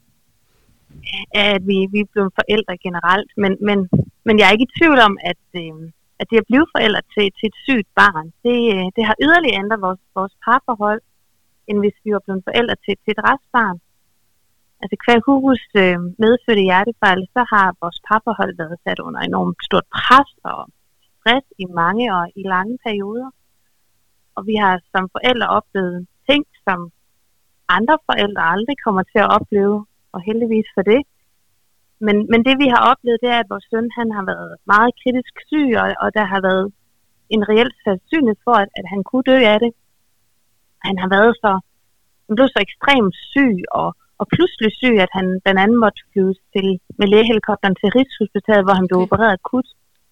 at vi, vi er blevet forældre generelt. Men, men, men jeg er ikke i tvivl om, at, øh, at det at blive forældre til, til et sygt barn, det, det har yderligere ændret vores, vores parforhold, end hvis vi var blevet forældre til, til et restbarn. Altså hver Hugos øh, medfødte hjertefejl, så har vores parforhold været sat under enormt stort pres og stress i mange og i lange perioder. Og vi har som forældre oplevet ting, som andre forældre aldrig kommer til at opleve, og heldigvis for det. Men, men det vi har oplevet, det er, at vores søn han har været meget kritisk syg, og, og der har været en reel sandsynlighed for, at, at han kunne dø af det. Han har været så, han blev så ekstremt syg og og pludselig syg, at han blandt andet måtte flyves til, med lægehelikopteren til Rigshospitalet, hvor han blev opereret akut.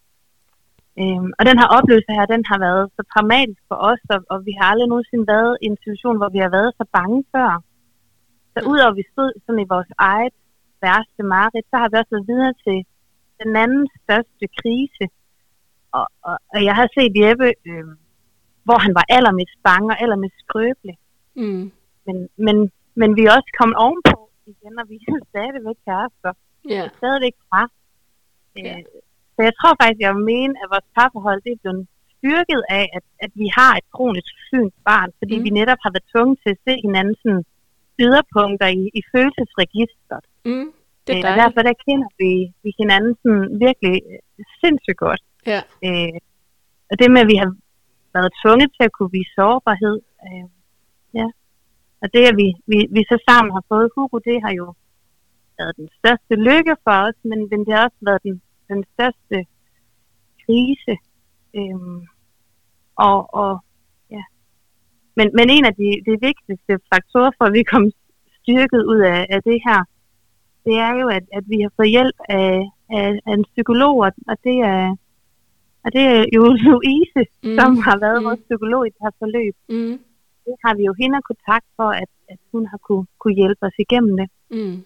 Øhm, og den her oplevelse her, den har været så traumatisk for os, og, og vi har aldrig nogensinde været i en situation, hvor vi har været så bange før. Så udover at vi stod sådan i vores eget værste mareridt, så har vi også været videre til den anden største krise. Og, og, og jeg har set Jeppe, øh, hvor han var allermest bange og allermest skrøbelig. Mm. Men, men Men vi er også kommet ovenpå igen, og vi er stadigvæk kærester. Yeah. Stadigvæk fra. Yeah. Øh, så jeg tror faktisk, jeg vil mene, at vores parforhold det er blevet styrket af, at, at vi har et kronisk sygt barn, fordi mm. vi netop har været tvunget til at se hinanden sådan yderpunkter i, i følelsesregistret. Mm. Det er øh, og derfor der kender vi, vi hinanden sådan virkelig sindssygt godt. Yeah. Øh, og det med, at vi har været tvunget til at kunne vise sårbarhed, øh, ja. Og det, at vi, vi, vi så sammen har fået Hugo, det har jo været den største lykke for os, men, men det har også været den, den største krise. Øhm, og, og, ja. men, men en af de, de vigtigste faktorer for, at vi kom styrket ud af, af det her, det er jo, at, at vi har fået hjælp af, af, af en psykolog, og det er, og det er jo Louise, mm. som har været mm. vores psykolog i det her forløb. Mm. Det har vi jo hende kontakt for, at, at hun har kunne, kunne hjælpe os igennem det. Mm.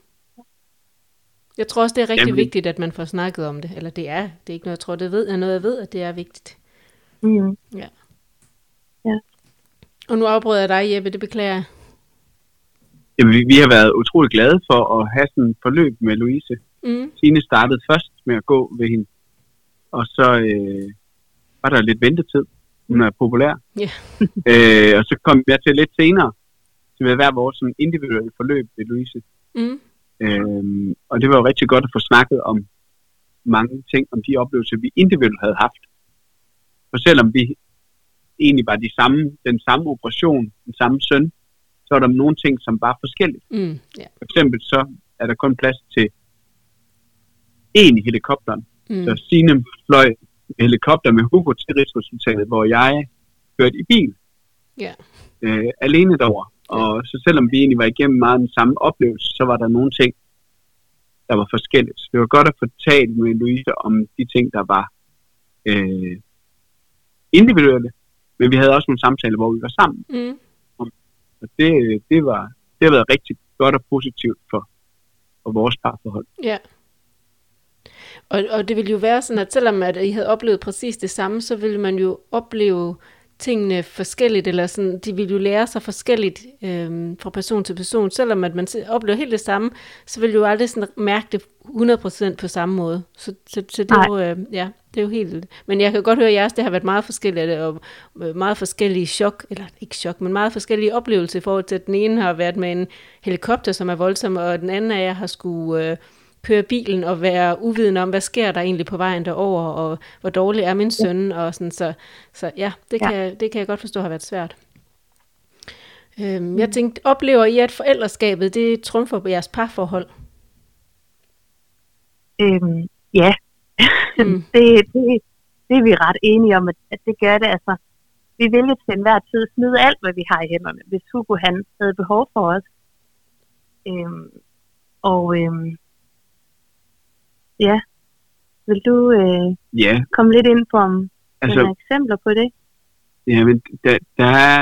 Jeg tror også, det er rigtig Jamen. vigtigt, at man får snakket om det. Eller det er, det er ikke noget, jeg tror, det ved, er noget, jeg ved, at det er vigtigt. Mm. Ja. Ja. Og nu afbryder jeg dig, Jeppe, det beklager jeg. Jamen, vi, vi har været utrolig glade for at have sådan et forløb med Louise. Mm. Signe startede først med at gå ved hende, og så øh, var der lidt ventetid. Hun er populær. Yeah. øh, og så kom jeg til lidt senere, til at være vores sådan, individuelle forløb ved Louise. Mm. Øhm, og det var jo rigtig godt at få snakket om mange ting, om de oplevelser, vi individuelt havde haft. For selvom vi egentlig var de samme, den samme operation, den samme søn, så var der nogle ting, som var forskellige. Mm. Yeah. For eksempel så er der kun plads til én i helikopteren. Mm. Så Signe fløj helikopter med Hugo til Rigshospitalet, hvor jeg kørte i bil. Yeah. Øh, alene derover. Og så selvom vi egentlig var igennem meget den samme oplevelse, så var der nogle ting, der var forskelligt. Det var godt at få talt med Louise om de ting, der var øh, individuelle, men vi havde også nogle samtaler, hvor vi var sammen. Mm. Og det, det, var, det har været rigtig godt og positivt for, for vores parforhold. Ja. Yeah. Og, og det ville jo være sådan, at selvom at I havde oplevet præcis det samme, så ville man jo opleve tingene forskelligt, eller sådan, de ville jo lære sig forskelligt øhm, fra person til person. Selvom at man oplever helt det samme, så vil du jo aldrig sådan mærke det hundrede procent på samme måde. Så, så, så det, er jo, øh, ja, det er jo helt... Men jeg kan godt høre, at jeres det har været meget forskelligt, og meget forskellige chok, eller ikke chok, men meget forskellige oplevelser i forhold til, at den ene har været med en helikopter, som er voldsom, og den anden af jer har skulle... Øh, køre bilen og være uvidende om, hvad sker der egentlig på vejen derover, og hvor dårlig er min søn, og sådan, så, så ja, det kan, ja. det kan jeg godt forstå har været svært. Øhm, jeg tænkte, oplever I, at forældreskabet, det trumfer på jeres parforhold? Øhm, ja, mm. det, det, det er vi ret enige om, at, at det gør det. Altså, vi vil jo til enhver tid smide alt, hvad vi har i hænderne, hvis Hugo han havde behov for os. Øhm, og øhm, ja, vil du øh, ja. komme lidt ind på om altså, nogle eksempler på det? Jamen, der, der er...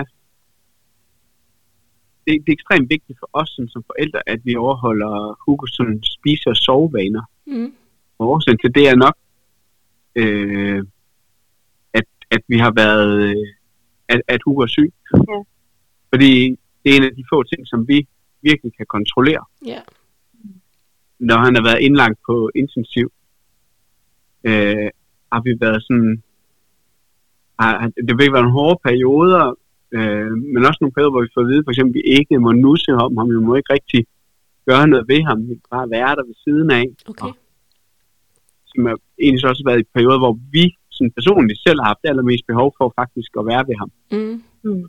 Det, det er ekstremt vigtigt for os som, som forældre, at vi overholder Hugos sådan spise- og sovevaner. Mm. Og årsagen til det er nok, øh, at, at vi har været, at, at Hugo er syg. Ja. Fordi det er en af de få ting, som vi virkelig kan kontrollere. Ja. Når han har været indlagt på intensiv, øh, har vi været sådan, har, det vil være nogle hårde perioder, øh, men også nogle perioder, hvor vi får at vide, for eksempel, at vi ikke må nusse om ham, vi må ikke rigtig gøre noget ved ham, vi må bare være der ved siden af. Okay. Og, som har egentlig så også været i perioder, hvor vi sådan personligt selv har haft allermest behov for faktisk at være ved ham. Mm. Mm.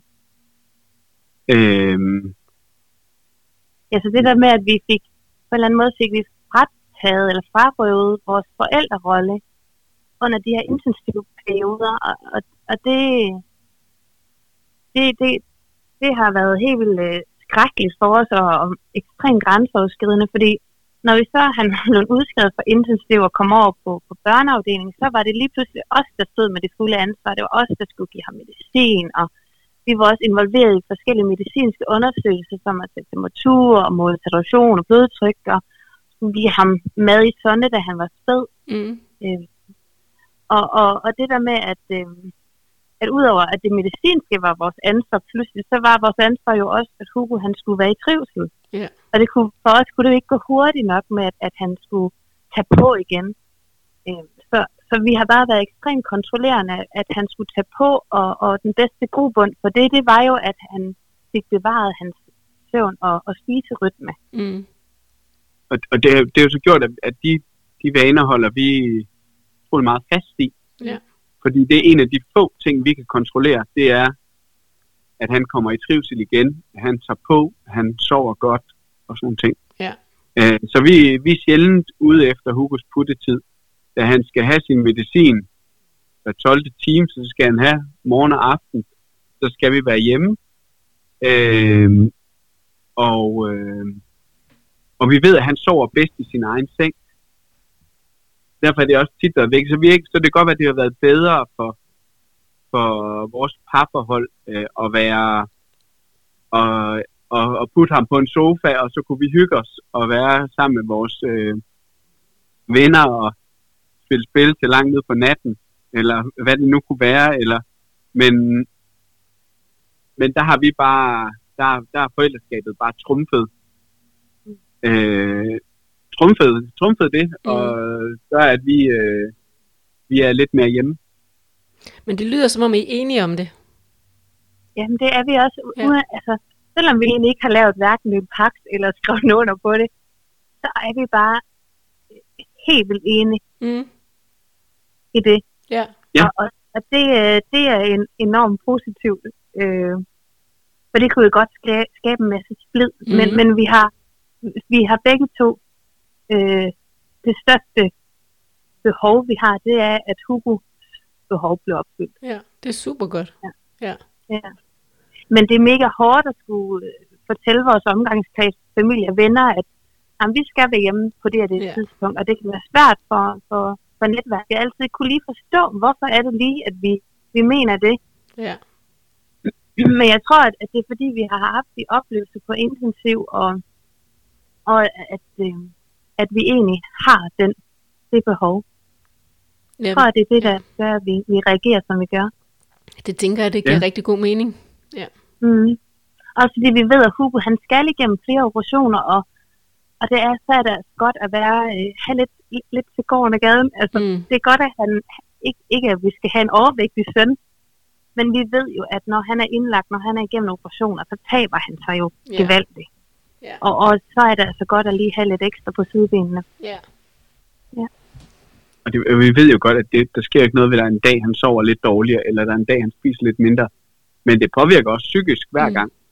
Øhm, ja, så det der med, at vi fik, på en eller anden måde fik vi frataget eller frarøvet vores forældrerolle under de her intensive perioder, og, og, og det, det, det, det har været helt vildt øh, skrækkeligt for os og, og ekstremt grænseoverskridende, fordi når vi så han blev udskrevet for intensiv og kom over på, på børneafdelingen, så var det lige pludselig os, der stod med det fulde ansvar. Det var os, der skulle give ham medicin, og vi var også involveret i forskellige medicinske undersøgelser, som at sætte temperatur og måle saturation og blodtryk, og skulle give ham mad i sonde, da han var spæd. Mm. Øh, og, og, og det der med, at, øh, at udover at det medicinske var vores ansvar, pludselig så var vores ansvar jo også, at Hugo han skulle være i trivsel. Yeah. Og det kunne, for os kunne det jo ikke gå hurtigt nok med, at, at han skulle tage på igen. Øh, så, så vi har bare været ekstremt kontrollerende, at han skulle tage på, og, og den bedste grobund for det, det var jo, at han fik bevaret hans søvn og, og spiserytme. Mm. Og, og det, det er jo så gjort, at de, de vaner holder vi tror meget fast i. Yeah. Fordi det er en af de få ting, vi kan kontrollere, det er, at han kommer i trivsel igen, han tager på, han sover godt og sådan nogle ting. Ja. Øh, så vi, vi er sjældent ude efter Hugos puttetid. Da han skal have sin medicin hver tolvte time, så skal han have morgen og aften, så skal vi være hjemme. Øh, og, øh, og vi ved, at han sover bedst i sin egen seng. Derfor er det også tit været væk. Så, vi ikke, så det kan godt være, at det har været bedre for for vores parforhold øh, at være og, og, og putte ham på en sofa, og så kunne vi hygge os og være sammen med vores øh, venner og spille spil til langt ned på natten, eller hvad det nu kunne være, eller men men der har vi bare der, der er forældreskabet bare trumfet øh, trumfet, trumfet det, mm. og gør at vi øh, vi er lidt mere hjemme. Men det lyder som om I er enige om det. Jamen det er vi også. Ja. Altså, selvom vi egentlig ikke har lavet hverken en pagt eller skrevet under på det, så er vi bare helt vildt enige mm. i det. Ja. Og, og, og det, det er en, enormt positivt. Øh, for det kunne jo godt skabe, skabe en masse splid. Mm. Men, men vi har vi har begge to øh, det største behov, vi har, det er, at Hugo behov bliver opfyldt. Ja, det er super godt. Ja. Ja. Ja. Men det er mega hårdt at skulle fortælle vores omgangskreds, familie og venner, at jamen, vi skal være hjemme på det og det ja. tidspunkt, og det kan være svært for, for, for netværket. Jeg altid kunne lige forstå, hvorfor er det lige, at vi, vi mener det. Ja. Men jeg tror, at, at det er fordi, vi har haft de oplevelser på intensiv, og, og at, øh, at vi egentlig har den, det behov. Jeg tror, det er det, der gør, at vi, vi reagerer, som vi gør. Det tænker jeg, det giver ja. rigtig god mening. Ja. Mm. Også fordi vi ved, at Hugo han skal igennem flere operationer, og, og det er så er det godt at være, øh, have lidt, lidt til gården af gaden. Altså, mm. det er godt, at han ikke, ikke at vi skal have en overvægtig søn, men vi ved jo, at når han er indlagt, når han er igennem operationer, så taber han sig jo ja. gevaldigt. Ja. Og, og så er det altså godt at lige have lidt ekstra på sidebenene. Ja. Ja. Og det, vi ved jo godt, at det, der sker ikke noget ved, at der en dag, han sover lidt dårligere, eller der er en dag, han spiser lidt mindre. Men det påvirker også psykisk hver gang.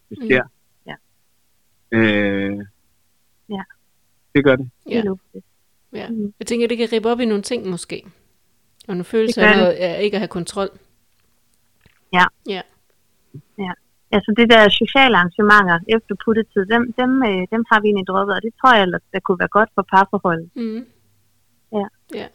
det sker. Mm. Ja. Øh, ja. Det gør det. Ja. Ja. Jeg tænker, det kan rippe op i nogle ting måske. Og nogle følelser af noget, af ikke at have kontrol. Ja. Ja. Ja. Altså det der sociale arrangementer efter puttetid, dem, dem, dem har vi egentlig droppet, og det tror jeg, der kunne være godt for parforholdet. Mm. Ja. Ja.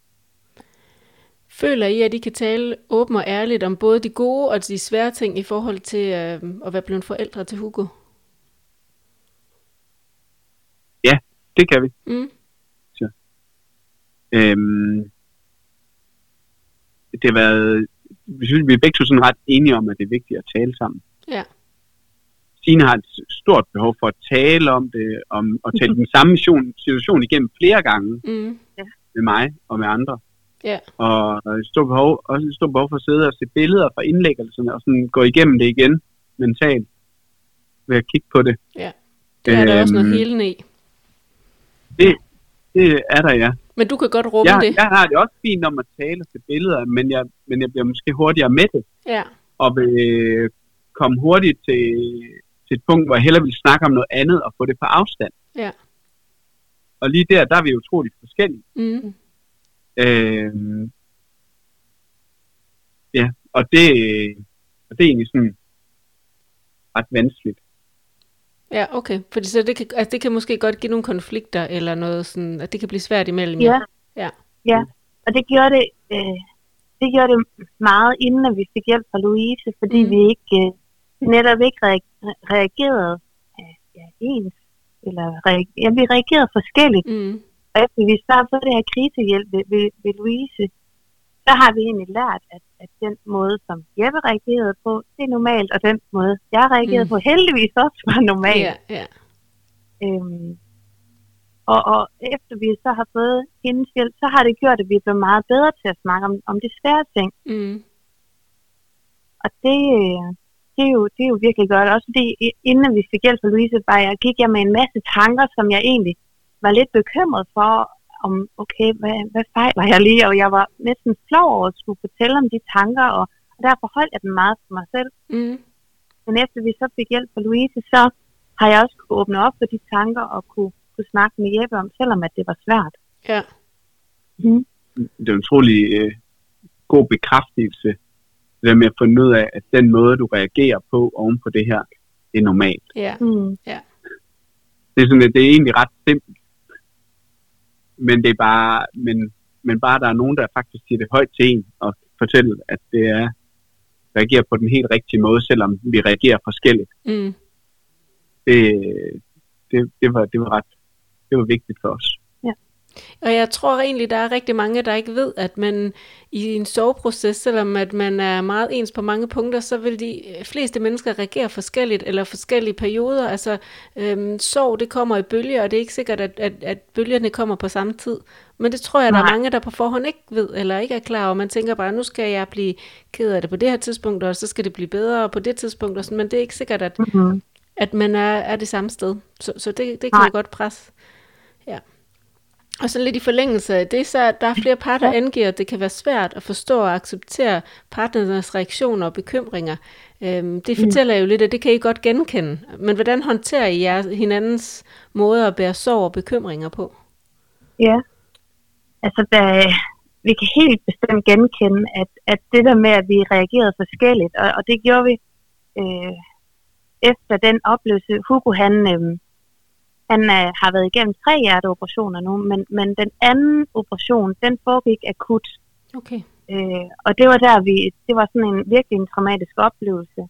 Føler I, at I kan tale åbent og ærligt om både de gode og de svære ting i forhold til øh, at være blevet forældre til Hugo? Ja, det kan vi. Mm. Så. Øhm, det har været, vi synes, vi er begge to sådan ret enige om, at det er vigtigt at tale sammen. Ja. Signe har et stort behov for at tale om det, om at tale den samme situation igennem flere gange mm. med mig og med andre. Ja. Og et stort behov, også et stort behov for at sidde og se billeder fra indlæggelserne og sådan gå igennem det igen mentalt ved at kigge på det. Ja, det er der øhm, også noget helende i. Det, det er der, ja. Men du kan godt rumme jeg, det. Jeg har det også fint om at tale til billeder, men jeg, men jeg bliver måske hurtigere med det. Ja. Og vil komme hurtigt til, til et punkt, hvor jeg hellere vil snakke om noget andet og få det på afstand. Ja. Og lige der, der er vi utroligt forskellige. Mm. Øhm, ja, og det, og det er egentlig sådan ret vanskeligt. Ja, okay. Fordi så det kan, altså det kan måske godt give nogle konflikter, eller noget sådan, at det kan blive svært imellem. Ja, ja. ja. Og det gjorde det, øh, det gjorde det meget, inden vi fik hjælp fra Louise, fordi mm. vi ikke øh, netop ikke reagerede øh, ja, ens, eller reager, ja, vi reagerede forskelligt. Mm. Og efter vi startede på det her krisehjælp ved, ved, ved Louise, så har vi egentlig lært, at, at den måde, som Jeppe reagerede på, det er normalt, og den måde, jeg reagerede mm. på, heldigvis også var normalt. Yeah, yeah. Øhm, og, og efter vi så har fået hendes hjælp, så har det gjort, at vi er blevet meget bedre til at snakke om, om de svære ting. Mm. Og det, det, er jo, det er jo virkelig godt. Også fordi, inden vi fik hjælp fra Louise, bare jeg gik jeg med en masse tanker, som jeg egentlig var lidt bekymret for, om, okay, hvad, hvad fejler jeg lige? Og jeg var næsten flov over at skulle fortælle om de tanker, og, og derfor holdt jeg den meget for mig selv. Mm. Men efter vi så fik hjælp fra Louise, så har jeg også kunne åbne op for de tanker, og kunne, kunne snakke med Jeppe om, selvom at det var svært. Ja. Mm. Det er en utrolig øh, god bekræftelse, det der med at finde ud af, at den måde, du reagerer på oven på det her, det er normalt. Ja. Mm. Ja. Det er sådan, at det er egentlig ret simpelt. Men det er bare, men, men bare der er nogen, der faktisk siger det højt til en og fortæller, at det er reagerer på den helt rigtige måde, selvom vi reagerer forskelligt. Mm. Det, det, det, var, det var ret, det var vigtigt for os. Ja. Og jeg tror egentlig, der er rigtig mange, der ikke ved, at man i en soveproces, selvom at man er meget ens på mange punkter, så vil de fleste mennesker reagere forskelligt, eller forskellige perioder. Altså, øhm, sorg, det kommer i bølger, og det er ikke sikkert, at, at, at bølgerne kommer på samme tid. Men det tror jeg, Nej. der er mange, der på forhånd ikke ved, eller ikke er klar over. Man tænker bare, nu skal jeg blive ked af det på det her tidspunkt, og så skal det blive bedre på det tidspunkt. Og sådan, men det er ikke sikkert, at, mm-hmm. at man er, er det samme sted. Så, så det, det kan jo godt presse. Ja. Og så lidt i forlængelse af det, så der er flere par, der angiver, at det kan være svært at forstå og acceptere partnernes reaktioner og bekymringer. Øhm, det fortæller jo lidt, at det kan I godt genkende. Men hvordan håndterer I jeres, hinandens måde at bære sorg og bekymringer på? Ja, altså der, vi kan helt bestemt genkende, at, at det der med, at vi reagerede forskelligt, og, og det gjorde vi øh, efter den oplevelse. Hugo, han... Øh, Han øh, har været igennem tre hjerteoperationer nu, men, men den anden operation, den foregik akut. Okay. Øh, og det var der, vi, det var sådan en virkelig en traumatisk oplevelse.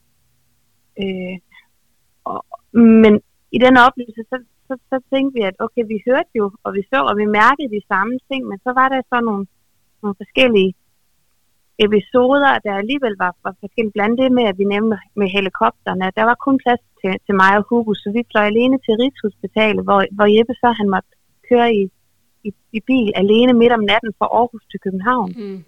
Øh, og, men i den oplevelse, så, så, så tænkte vi, at okay, vi hørte jo, og vi så, og vi mærkede de samme ting, men så var der så nogle, nogle forskellige episoder, der alligevel var, var forskellige, blandt det med, at vi nævnte med helikopterne. Der var kun plads til, til mig og Hugo, så vi fløj alene til Rigshospitalet, hvor, hvor Jeppe så han måtte køre i, i, i bil alene midt om natten fra Aarhus til København. Mm.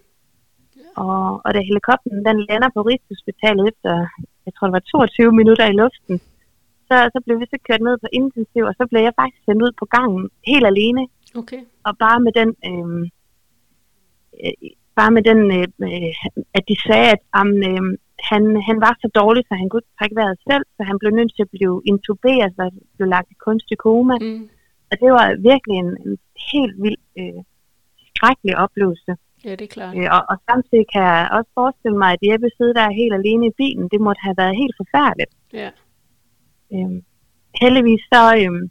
Og, og da helikopteren den lander på Rigshospitalet efter, jeg tror det var toogtyve minutter i luften, så, så blev vi så kørt ned på intensiv, og så blev jeg faktisk sendt ud på gangen helt alene. Okay. Og bare med den... Øh, øh, Bare med den, øh, at de sagde, at, um, øh, han, han var så dårlig, så han kunne ikke trække vejret selv, så han blev nødt til at blive intuberet, så blev lagt i kunstig koma. Mm. Og det var virkelig en, en helt vild, øh, skrækkelig oplevelse. Ja, det er klart. Øh, og, og samtidig kan jeg også forestille mig, at Jeppe sidder der helt alene i bilen. Det måtte have været helt forfærdeligt. Ja. Øhm, heldigvis så, øhm,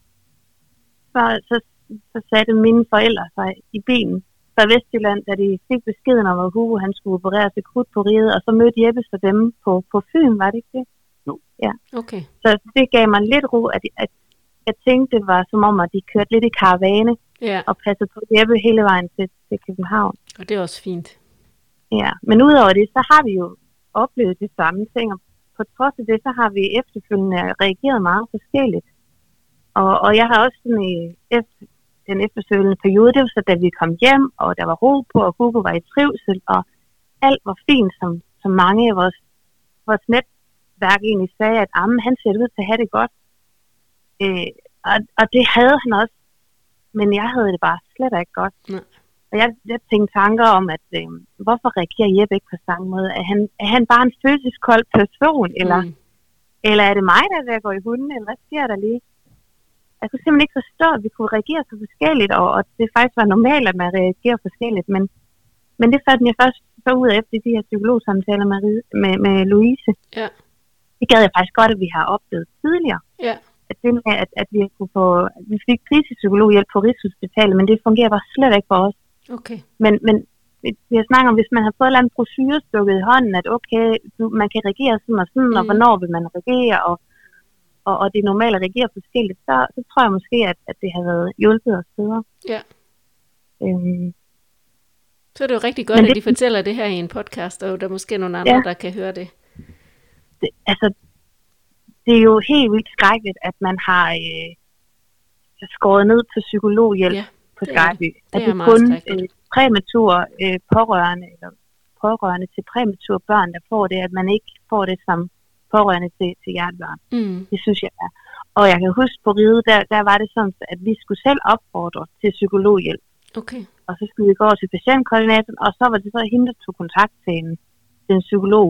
så, så, så satte mine forældre sig i bilen fra Vestjylland, da de fik beskeden om, at Hugo han skulle opereres akut på riget, og så mødte Jeppe så dem på, på Fyn, var det ikke det? Jo. Ja. Okay. Så det gav mig lidt ro, at, at jeg tænkte, det var som om, at de kørte lidt i karavane, ja. og passede på Jeppe hele vejen til, til København. Og det er også fint. Ja, men udover det, så har vi jo oplevet de samme ting, og på trods af det, så har vi efterfølgende reageret meget forskelligt. Og, og jeg har også sådan i efter, den efterfølgende periode, det var så, da vi kom hjem, og der var ro på, og Hugo var i trivsel, og alt var fint, som, som mange af vores, vores netværk egentlig sagde, at Amme, han ser ud til at have det godt. Øh, og, og det havde han også, men jeg havde det bare slet ikke godt. Nej. Og jeg, jeg tænkte tanker om, at øh, hvorfor reagerer Jeppe ikke på samme måde? Er han, er han bare en følelseskold person, eller, mm. eller er det mig, der er ved at gå i hunden, eller hvad sker der lige? Jeg kunne simpelthen ikke forstå, at vi kunne reagere så forskelligt, og, og det faktisk var normalt, at man reagerer forskelligt, men, men det fandt jeg først så ud af efter de her psykologsamtaler med, med, med Louise. Ja. Det gad jeg faktisk godt, at vi har oplevet tidligere. Ja. At, det med, at, at vi, kunne få, vi fik krisepsykologhjælp på Rigshospitalet, men det fungerer bare slet ikke for os. Okay. Men, men vi har snakket om, hvis man har fået en eller anden brochure stukket i hånden, at okay, du, man kan reagere sådan og sådan, mm. og hvornår vil man reagere, og, og, og det er normalt at reagere forskelligt, så, så tror jeg måske, at, at det har været hjulpet os bedre. Ja. Øhm, så er det jo rigtig godt, det, at de fortæller det her i en podcast, og der er måske nogle andre, ja, der kan høre det. det. Altså, det er jo helt vildt skrækkeligt, at man har øh, skåret ned til psykologhjælp. Ja. På Skype. Det er, det er kun øh, præmature øh, pårørende eller pårørende til præmature børn, der får det, at man ikke får det som pårørende til, til hjertebørn. Mm. Det synes jeg er. Og jeg kan huske på riget, der, der var det sådan, at vi skulle selv opfordre til psykologhjælp. Okay. Og så skulle vi gå over til patientkoordinatoren, og så var det så hende, der tog kontakt til en, til en psykolog.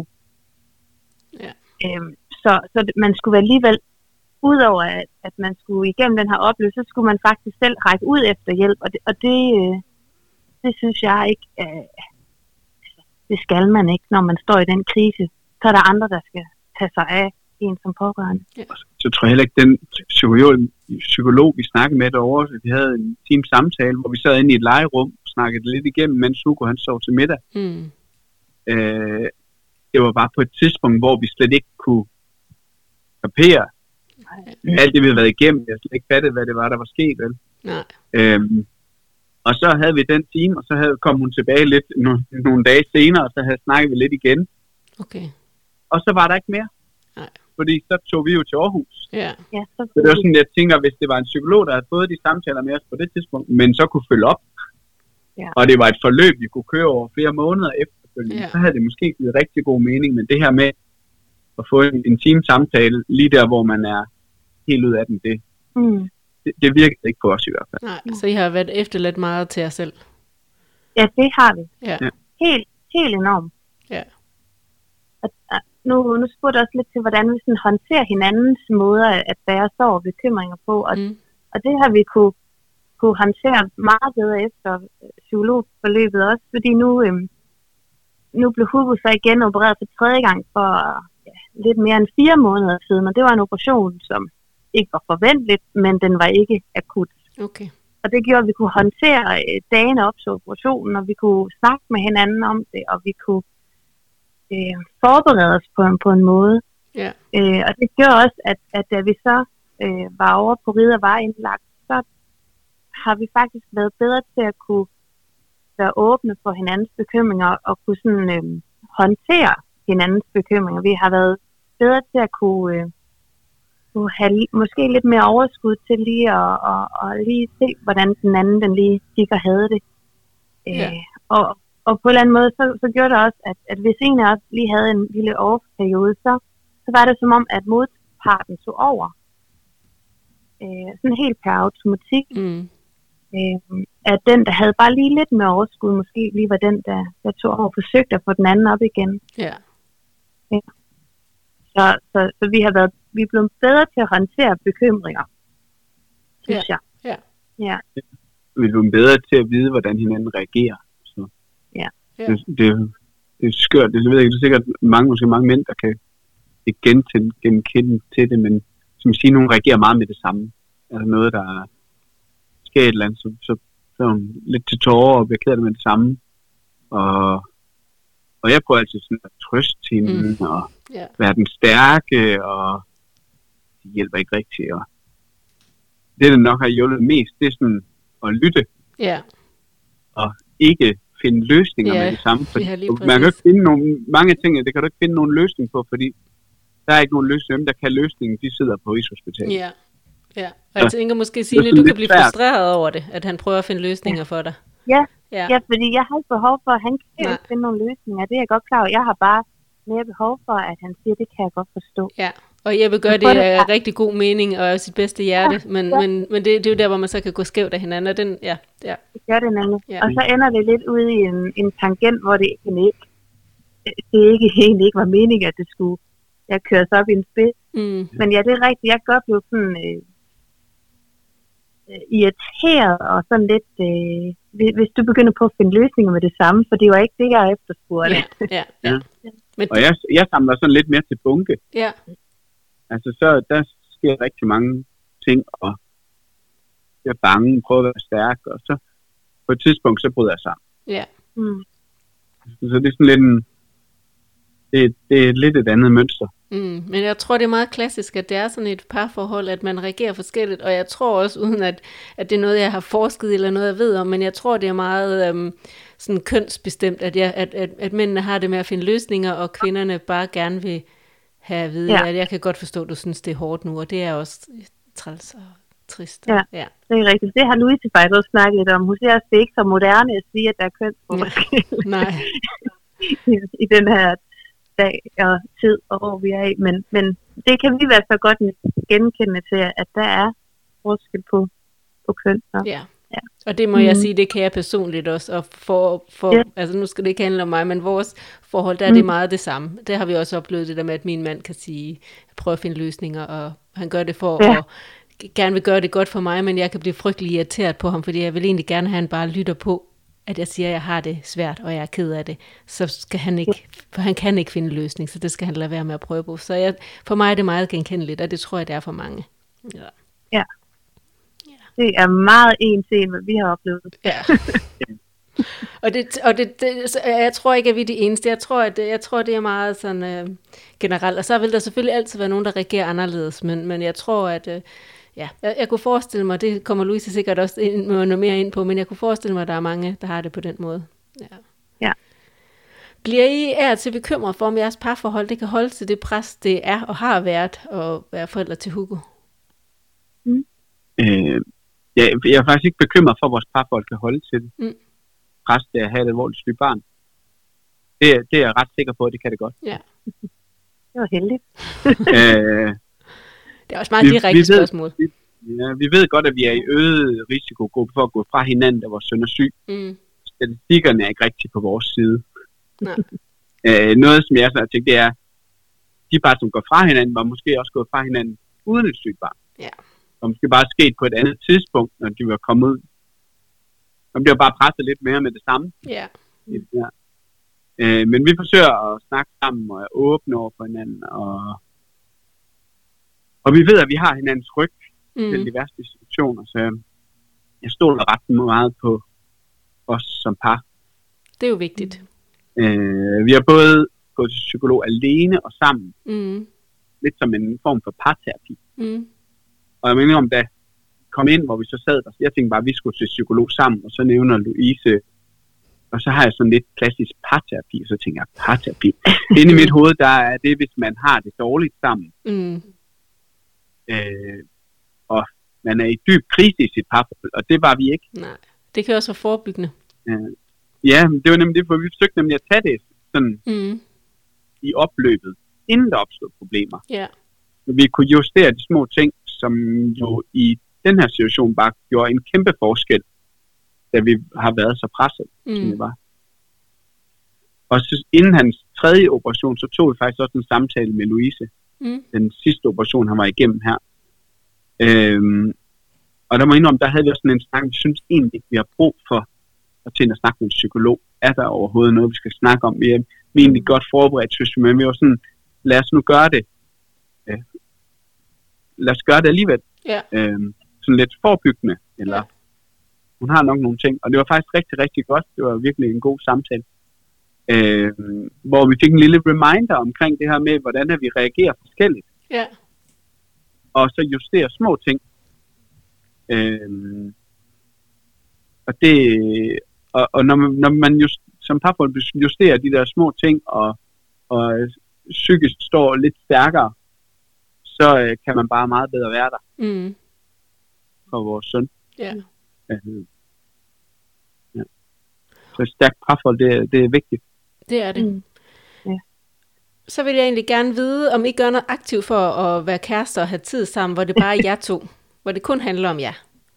Ja. Øhm, så, så man skulle alligevel, udover at, at man skulle igennem den her oplevelse, så skulle man faktisk selv række ud efter hjælp, og det, og det, det synes jeg ikke, øh, det skal man ikke, når man står i den krise. Så er der andre, der skal tage sig af en som pårørende. Ja. Så tror jeg heller ikke, den psykolog, psykolog, vi snakkede med derovre, vi havde en time samtale, hvor vi sad inde i et legerum og snakkede lidt igennem, mens Hugo han sov til middag. Mm. Øh, det var bare på et tidspunkt, hvor vi slet ikke kunne kapere alt det, vi havde været igennem. Jeg slet ikke fattede, hvad det var, der var sket. Vel? Nej. Øhm, og så havde vi den time, og så havde, kom hun tilbage lidt nogle, nogle dage senere, og så havde snakket vi lidt igen. Okay. Og så var der ikke mere. Nej. Fordi så tog vi jo til Aarhus. Ja. Ja, så, så det var sådan, jeg tænker, hvis det var en psykolog, der havde fået de samtaler med os på det tidspunkt, men så kunne følge op, ja, og det var et forløb, vi kunne køre over flere måneder efterfølgende, ja, så havde det måske givet rigtig god mening, men det her med at få en intim samtale, lige der, hvor man er helt ud af den, det, mm. det, det virkede ikke på os i hvert fald. Nej, så I har været efterladt meget til jer selv? Ja, det har vi. Ja. Helt, helt enormt. Ja. Og, og nu, nu spurgte jeg også lidt til, hvordan vi sådan håndterer hinandens måder at bære sorg og bekymringer på, og, mm. og det har vi kunne, kunne håndtere meget bedre efter psykologforløbet også, fordi nu, øhm, nu blev Hugo så igen opereret for tredje gang for ja, lidt mere end fire måneder siden, og det var en operation, som ikke var forventeligt, men den var ikke akut. Okay. Og det gjorde, at vi kunne håndtere dagene op til operationen, og vi kunne snakke med hinanden om det, og vi kunne øh, forberede os på en, på en måde. Yeah. Øh, og det gjorde også, at, at da vi så øh, var over på Riget og var indlagt, så har vi faktisk været bedre til at kunne være åbne for hinandens bekymringer og kunne sådan, øh, håndtere hinandens bekymringer. Vi har været bedre til at kunne, øh, kunne have måske lidt mere overskud til lige at og, og lige se, hvordan den anden den lige gik og havde det. Yeah. Øh, og, og på en eller anden måde, så, så gjorde det også, at, at hvis en af os lige havde en lille overperiode, så, så var det som om, at modparten tog over. Øh, sådan helt per automatik. Mm. Øh, at den, der havde bare lige lidt mere overskud, måske lige var den, der, der tog over og forsøgte at få den anden op igen. Ja. Ja. Så, så, så vi har været, vi er blevet bedre til at håndtere bekymringer, synes ja. jeg. Ja. Ja. Vi er blevet bedre til at vide, hvordan hinanden reagerer. Så. Ja. Det, det, det er skørt. Det, jeg ved ikke, det er sikkert mange, måske mange mænd, der kan ikke genkende, genkende til det, men som siger, nogen reagerer meget med det samme. Altså noget, der sker et eller andet, så, så, så hun lidt til tårer og bliver ked af det med det samme. Og, og jeg prøver altid sådan at trøste hende, mm. og yeah. være den stærke, og det hjælper ikke rigtigt. Og det, der nok har hjulpet mest, det er sådan at lytte. Yeah. Og ikke finde løsninger yeah. med det samme. Ja, man kan ikke finde nogle, mange ting, det kan du ikke finde nogen løsning på, fordi der er ikke nogen løsning. Dem, der kan løsningen, de sidder på Rigshospitalet. Ja, ja. Og jeg tænker måske, Signe, du kan blive svært. frustreret over det, at han prøver at finde løsninger ja. for dig. Ja. Ja. ja, fordi jeg har ikke behov for, at han kan ikke finde nogle løsninger. Det er jeg godt klar over. Jeg har bare mere behov for, at han siger, det kan jeg godt forstå. Ja, og jeg vil gøre det af rigtig god mening og sit bedste hjerte, ja. men, ja. men, men det, det er jo der, hvor man så kan gå skævt af hinanden. Og den, ja, ja. Det gør det nemlig. Ja. Og så ender det lidt ude i en, en tangent, hvor det ikke, det ikke egentlig ikke var meningen, at det skulle jeg køres op i en spids. Mm. Men ja, det er rigtigt. Jeg kan godt blive sådan øh, irriteret og sådan lidt, øh, hvis du begynder på at finde løsninger med det samme, for det var ikke det, jeg efterspurgte. Ja, ja, ja. ja. Men og jeg, jeg samler sådan lidt mere til bunke. Ja. Altså, så der sker rigtig mange ting, og jeg er bange, prøver at være stærk, og så på et tidspunkt, så bryder jeg sammen. Ja. Mm. Så det er sådan lidt en, det, det er lidt et andet mønster. Mm, men jeg tror, det er meget klassisk, at det er sådan et parforhold, at man reagerer forskelligt, og jeg tror også, uden at, at det er noget, jeg har forsket eller noget, jeg ved om, men jeg tror, det er meget øhm, sådan kønsbestemt, at, jeg, at, at, at mændene har det med at finde løsninger, og kvinderne bare gerne vil have at vide, ja. at jeg kan godt forstå, at du synes, det er hårdt nu, og det er også træls og trist. Ja, ja, det er rigtigt. Det har Louise faktisk også snakket lidt om. Hun siger også, det er ikke så moderne at sige, at der er kønsforskel. Ja. Nej. I, I den her dag og tid og år, vi er i. Men, men det kan vi i hvert fald godt genkende til, at der er forskel på, på køn. Så. Ja. Ja. Og det må mm. jeg sige, det kan jeg personligt også. Og for, for, yeah. altså nu skal det ikke handle om mig, men vores forhold, der er mm. det meget det samme. Det har vi også oplevet, det der med, at min mand kan sige, prøve at finde løsninger, og han gør det for yeah. at gerne vil gøre det godt for mig, men jeg kan blive frygtelig irriteret på ham, fordi jeg vil egentlig gerne have, at han bare lytter på, at jeg siger, at jeg har det svært, og jeg er ked af det, så skal han ikke, for han kan ikke finde en løsning, så det skal han lade være med at prøve på. Så jeg, for mig er det meget genkendeligt, og det tror jeg, det er for mange. Ja. Ja. Ja. Det er meget en til en, hvad vi har oplevet. Ja. og det, og det, det, jeg tror ikke, at vi er de eneste. Jeg tror, at jeg tror, det er meget sådan øh, generelt. Og så vil der selvfølgelig altid være nogen, der reagerer anderledes, men, men jeg tror, at øh, ja, jeg, jeg kunne forestille mig, det kommer Louise sikkert også ind, noget mere ind på, men jeg kunne forestille mig, at der er mange, der har det på den måde. Ja. Ja. Bliver I er til bekymret for, om jeres parforhold det kan holde til det pres, det er og har været at være forældre til Hugo? Mm. Øh, jeg, jeg er faktisk ikke bekymret for, at vores parforhold kan holde til det. Mm. Pres, det er at have et alvorligt sygt barn. Det, det er jeg ret sikker på, at det kan det godt. Ja. Det var heldigt. øh, Det er også meget direkte vi, vi spørgsmål. Ved, vi, ja, vi ved godt, at vi er i øget risikogruppe for at gå fra hinanden, da vores søn er syg. Mm. Statistikkerne er ikke rigtig på vores side. Nej. øh, noget, som jeg så har tænkt, det er, de par, som går fra hinanden, var måske også gået fra hinanden uden et sygt barn. Ja. Og måske bare sket på et andet tidspunkt, når de var kommet ud. De bliver bare presset lidt mere med det samme. Ja. ja. Øh, men vi forsøger at snakke sammen og er åbne over for hinanden, og Og vi ved, at vi har hinandens ryg mm. til de værste situationer, så jeg stoler ret meget på os som par. Det er jo vigtigt. Øh, vi har både gået til psykolog alene og sammen. Mm. Lidt som en form for parterapi. Mm. Og jeg mener om, da kom ind, hvor vi så sad der, jeg tænkte bare, at vi skulle til psykolog sammen, og så nævner Louise, og så har jeg sådan lidt klassisk parterapi, og så tænker jeg, parterapi. Inde i mit hoved, der er det, hvis man har det dårligt sammen. Mm. Øh, og man er i dyb krise i sit parforhold, og det var vi ikke. Nej, det kan også være forebyggende. Øh, ja, det var nemlig det, for vi forsøgte nemlig at tage det sådan mm. i opløbet, inden der opstod problemer. Ja. Vi kunne justere de små ting, som jo i den her situation bare gjorde en kæmpe forskel, da vi har været så presset, mm. som det var. Og så, inden han tredje operation, så tog vi faktisk også en samtale med Louise. Mm. Den sidste operation, han var igennem her. Øhm, og der må jeg indrømme, der havde vi også sådan en snak, vi synes egentlig, vi har brug for at til at snakke med en psykolog. Er der overhovedet noget, vi skal snakke om? Vi er, vi er egentlig godt forberedt, synes vi, men vi var sådan, lad os nu gøre det. Øh, lad os gøre det alligevel. Yeah. Øhm, sådan lidt forebyggende, eller yeah. Hun har nok nogle ting, og det var faktisk rigtig, rigtig godt. Det var virkelig en god samtale. Øh, hvor vi fik en lille reminder omkring det her med, hvordan vi reagerer forskelligt. Ja. Og så justere små ting. Øh, og det, og, og når man, når man just, som parforhold justerer de der små ting, og, og psykisk står lidt stærkere, så øh, kan man bare meget bedre være der. Mm. For vores søn. Ja. Øh, ja. Så et stærkt parforhold, det, det er vigtigt. Det er det. Mm. Ja. Så vil jeg egentlig gerne vide, om I gør noget aktivt for at være kærester og have tid sammen, hvor det bare er jer to, hvor det kun handler om jer.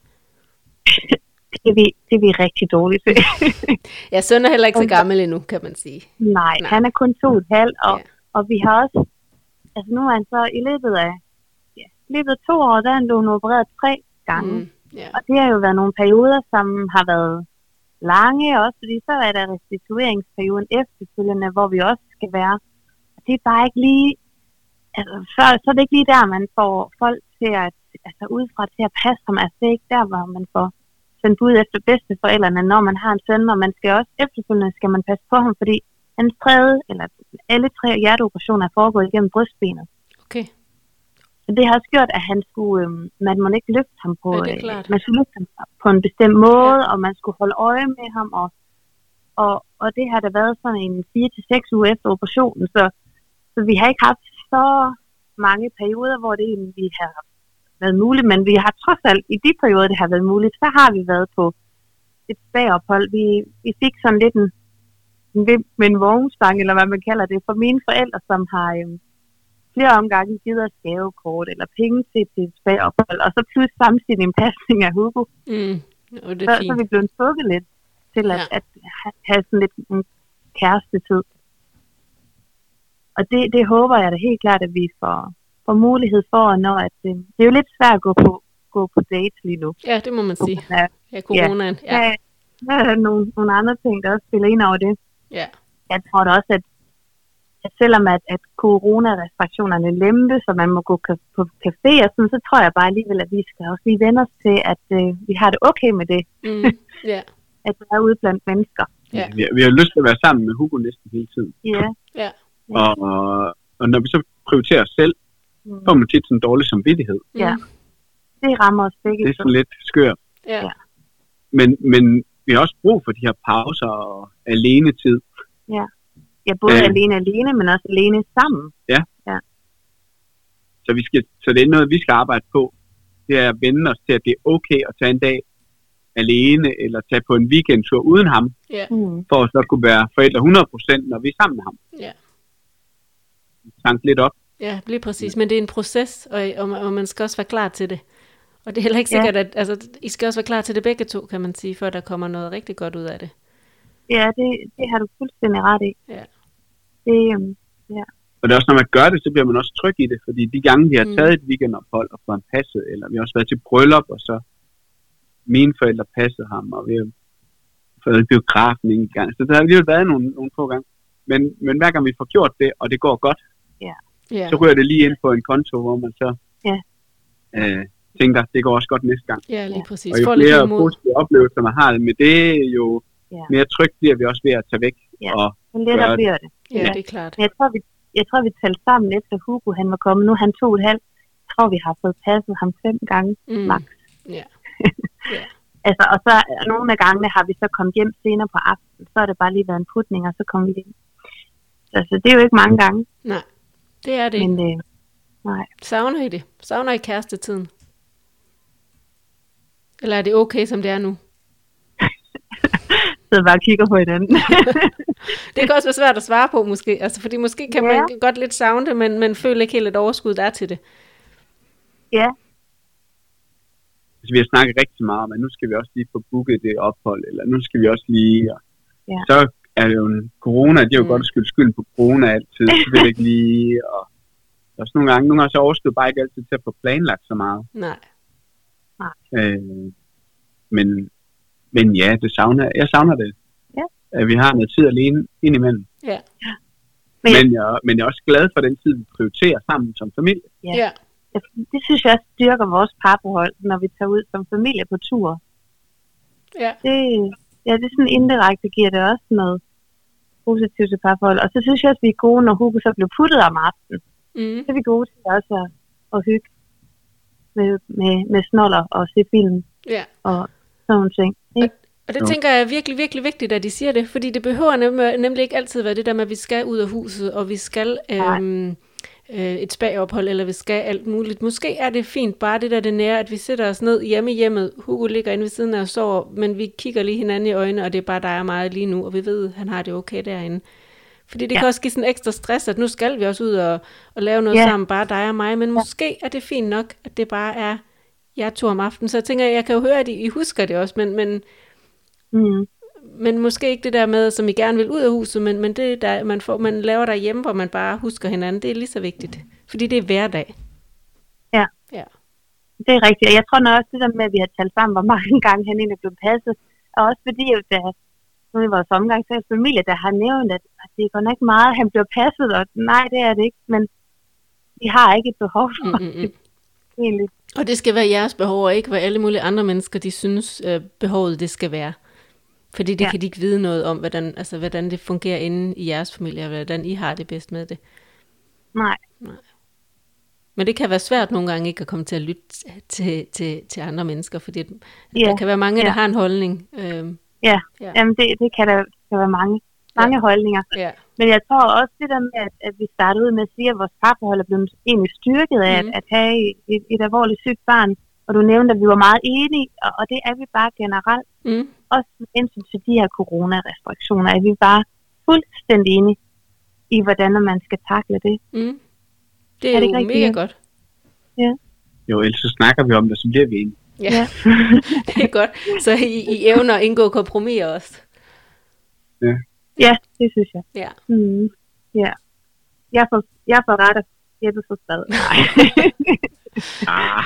Det er vi, det er vi rigtig dårligt til. Ja, søn er heller ikke så gammel endnu, kan man sige. Nej, Nej. Han er kun to og et halvt, og, ja. og vi har også, altså nu er han så i løbet af, ja, i løbet af to år, der er han blevet opereret tre gange. Mm. Yeah. Og det har jo været nogle perioder, som har været lange også, fordi så er der restitueringsperioden efterfølgende, hvor vi også skal være. Og det er bare ikke lige, altså før, så er det ikke lige der, man får folk til at, altså udefra til at passe ham. Altså det er ikke der, hvor man får sendt ud efter bedsteforældrene, når man har en søn, og man skal også efterfølgende skal man passe på ham, fordi hans tredje, eller alle tre hjerteoperationer er foregået igennem brystbenet. Okay. Så det har også gjort, at han skulle, øhm, man må ikke løfte ham på, ja, øh, man skulle løfte ham på en bestemt måde, ja. Og man skulle holde øje med ham, og, og, og det har der været sådan en fire til seks uger efter operationen, så, så vi har ikke haft så mange perioder, hvor det egentlig har været muligt, men vi har trods alt i de perioder, det har været muligt, så har vi været på et spagophold. Vi, vi fik sådan lidt en, en med en vognstang, eller hvad man kalder det, for mine forældre, som har øhm, flere omgange givet os gavekort eller penge til et spagophold, og så pludselig samtidig en pasning af Hugo. Mm. Oh, det er så, så er vi blevet trukket lidt til at, ja. at, at have sådan lidt en kærestetid. Og det, det håber jeg da helt klart, at vi får, får mulighed for, når at, øh, det er jo lidt svært at gå på, gå på dates lige nu. Ja, det må man sige. Ja, ja coronaen. Ja. Ja. Der er nogle, nogle andre ting, der også spiller ind over det. Ja. Jeg tror da også, at at selvom at, at coronarestriktionerne lempe, så man må gå på café og sådan, så tror jeg bare alligevel, at vi skal også lige vende os til, at øh, vi har det okay med det. Mm, yeah. At vi er ude blandt mennesker. Yeah. Vi, vi har lyst til at være sammen med Hugo næsten hele tiden. Yeah. Yeah. Og, og når vi så prioriterer os selv, mm. får man tit sådan en dårlig samvittighed. Ja, mm. det rammer os begge. Det er sådan lidt skørt. Yeah. Men, men vi har også brug for de her pauser og alenetid. Ja. Yeah. Ja, både øh, alene alene, men også alene sammen. Ja. ja. Så, vi skal, så det er noget, vi skal arbejde på. Det er at vende os til, at det er okay at tage en dag alene, eller tage på en weekendtur uden ham, yeah. mm. for at så kunne være forældre hundrede procent, når vi er sammen med ham. Ja. Yeah. Tank lidt op. Ja, lige præcis. Men det er en proces, og, og man skal også være klar til det. Og det er heller ikke sikkert, ja. at altså, I skal også være klar til det begge to, kan man sige, for der kommer noget rigtig godt ud af det. Ja, det, det har du fuldstændig ret i. Ja. Det, um, ja. Og det er også, når man gør det, så bliver man også tryg i det, fordi de gange, vi har mm. taget et weekendophold og fået ham passet, eller vi har også været til bryllup, og så mine forældre passede ham, og vi har fået biografen en gang. Så der har alligevel været nogle, nogle få gange. Men, men hver gang vi får gjort det, og det går godt, yeah. Yeah. så ryger det lige ind på en konto, hvor man så yeah. øh, tænker, det går også godt næste gang. Ja, lige præcis. Og jo flere positive oplevelser man har med det, jo yeah. mere trygt bliver vi også ved at tage væk. Yeah. Og lettere bliver det. Ja, ja, det er klart. Jeg tror, vi, jeg tror, vi talte sammen efter Hugo, han var kommet. Nu er han to og et halvt. Jeg tror, vi har fået passet ham fem gange mm. max. Ja. Yeah. Altså, og så nogle af gangene har vi så kommet hjem senere på aftenen. Så er det bare lige været en putning, og så kommer vi hjem. Altså, det er jo ikke mange gange. Nej, det er det ikke. Men, øh, nej. Savner I det? Savner I kærestetiden? Eller er det okay, som det er nu? Så bare kigger på hinanden. Det kan også være svært at svare på, måske. Altså, fordi måske kan ja. man godt lidt savne det, men, men føler ikke helt et overskud der til det. Ja. Altså, vi har snakket rigtig meget om, at nu skal vi også lige få booket det ophold, eller nu skal vi også lige... Og ja. Så er jo en corona, de har jo mm. godt skyldt skylden på corona altid, så vil det ikke lige, og også nogle gange, nogle gange så overstår bare ikke altid til at få planlagt så meget. Nej. Nej. Øh, men, men ja, det savner, jeg savner det. Ja. At vi har noget tid alene indimellem. Ja. Men, men, jeg, men jeg er også glad for den tid, vi prioriterer sammen som familie. Ja. Ja. Det synes jeg også styrker vores parforhold, når vi tager ud som familie på tur. Ja. Det, ja, det er sådan indirekte, giver det også noget positivt til parforhold. Og så synes jeg også, vi er gode, når Hugo så blev puttet om aftenen. Mm. Så er vi gode til også at, at hygge med, med, med snoller og se film. Ja. Og sådan nogle ting. Ikke? Og det tænker jeg er virkelig, virkelig vigtigt, at de siger det, fordi det behøver nemlig, nemlig ikke altid være det der med, at vi skal ud af huset, og vi skal øhm, øh, et spa-ophold, eller vi skal alt muligt. Måske er det fint, bare det der det nære, at vi sætter os ned hjemme i hjemmet. Hugo ligger inde ved siden af og sover, men vi kigger lige hinanden i øjnene, og det er bare dig og mig lige nu, og vi ved, at han har det okay derinde. Fordi det ja. kan også give sådan ekstra stress, at nu skal vi også ud og, og lave noget ja. sammen, bare dig og mig, men ja. måske er det fint nok, at det bare er jer to om aftenen. Så jeg tænker, jeg kan jo høre, at I, I husker det også, men... men Mm. Men måske ikke det der med, som I gerne vil ud af huset, men, men det der, man, får, man laver derhjemme, hvor man bare husker hinanden, det er lige så vigtigt. Fordi det er hverdag. Ja, ja. Det er rigtigt. Og jeg tror nok også, det der med, at vi har talt sammen, hvor mange gange han egentlig blev passet, og også fordi, at der nu i vores omgangsfamilie, der har nævnt, at det er godt nok meget, han bliver passet, og nej, det er det ikke, men vi har ikke et behov for det. Egentlig. Og det skal være jeres behov, og ikke hvad alle mulige andre mennesker, de synes, øh, behovet det skal være. Fordi det ja. kan de ikke vide noget om, hvordan, altså, hvordan det fungerer inde i jeres familie, og hvordan I har det bedst med det. Nej. Nej. Men det kan være svært nogle gange ikke at komme til at lytte til, til, til andre mennesker, fordi ja. der kan være mange, ja. der har en holdning. Øhm, ja, ja. Jamen det, det kan der kan være mange, mange ja. holdninger. Ja. Men jeg tror også det der med, at, at vi startede ud med at sige, at vores parforhold er blevet egentlig styrket af mm. at, at have et, et alvorligt sygt barn. Og du nævnte, at vi var meget enige, og, og det er vi bare generelt. Mm. Også med hensyn til de her coronarestriktioner, er vi bare fuldstændig enige i, hvordan man skal takle det. Mm. Det er, er det jo mega godt. godt. Ja. Jo, ellers så snakker vi om det, så bliver vi enige. Ja, ja. Det er godt. Så I, I evner at indgå kompromiser også. Ja. Ja, det synes jeg. Ja. Mm. Ja. Jeg får, jeg får ret, og Jeppe får skrevet. Nej. ah.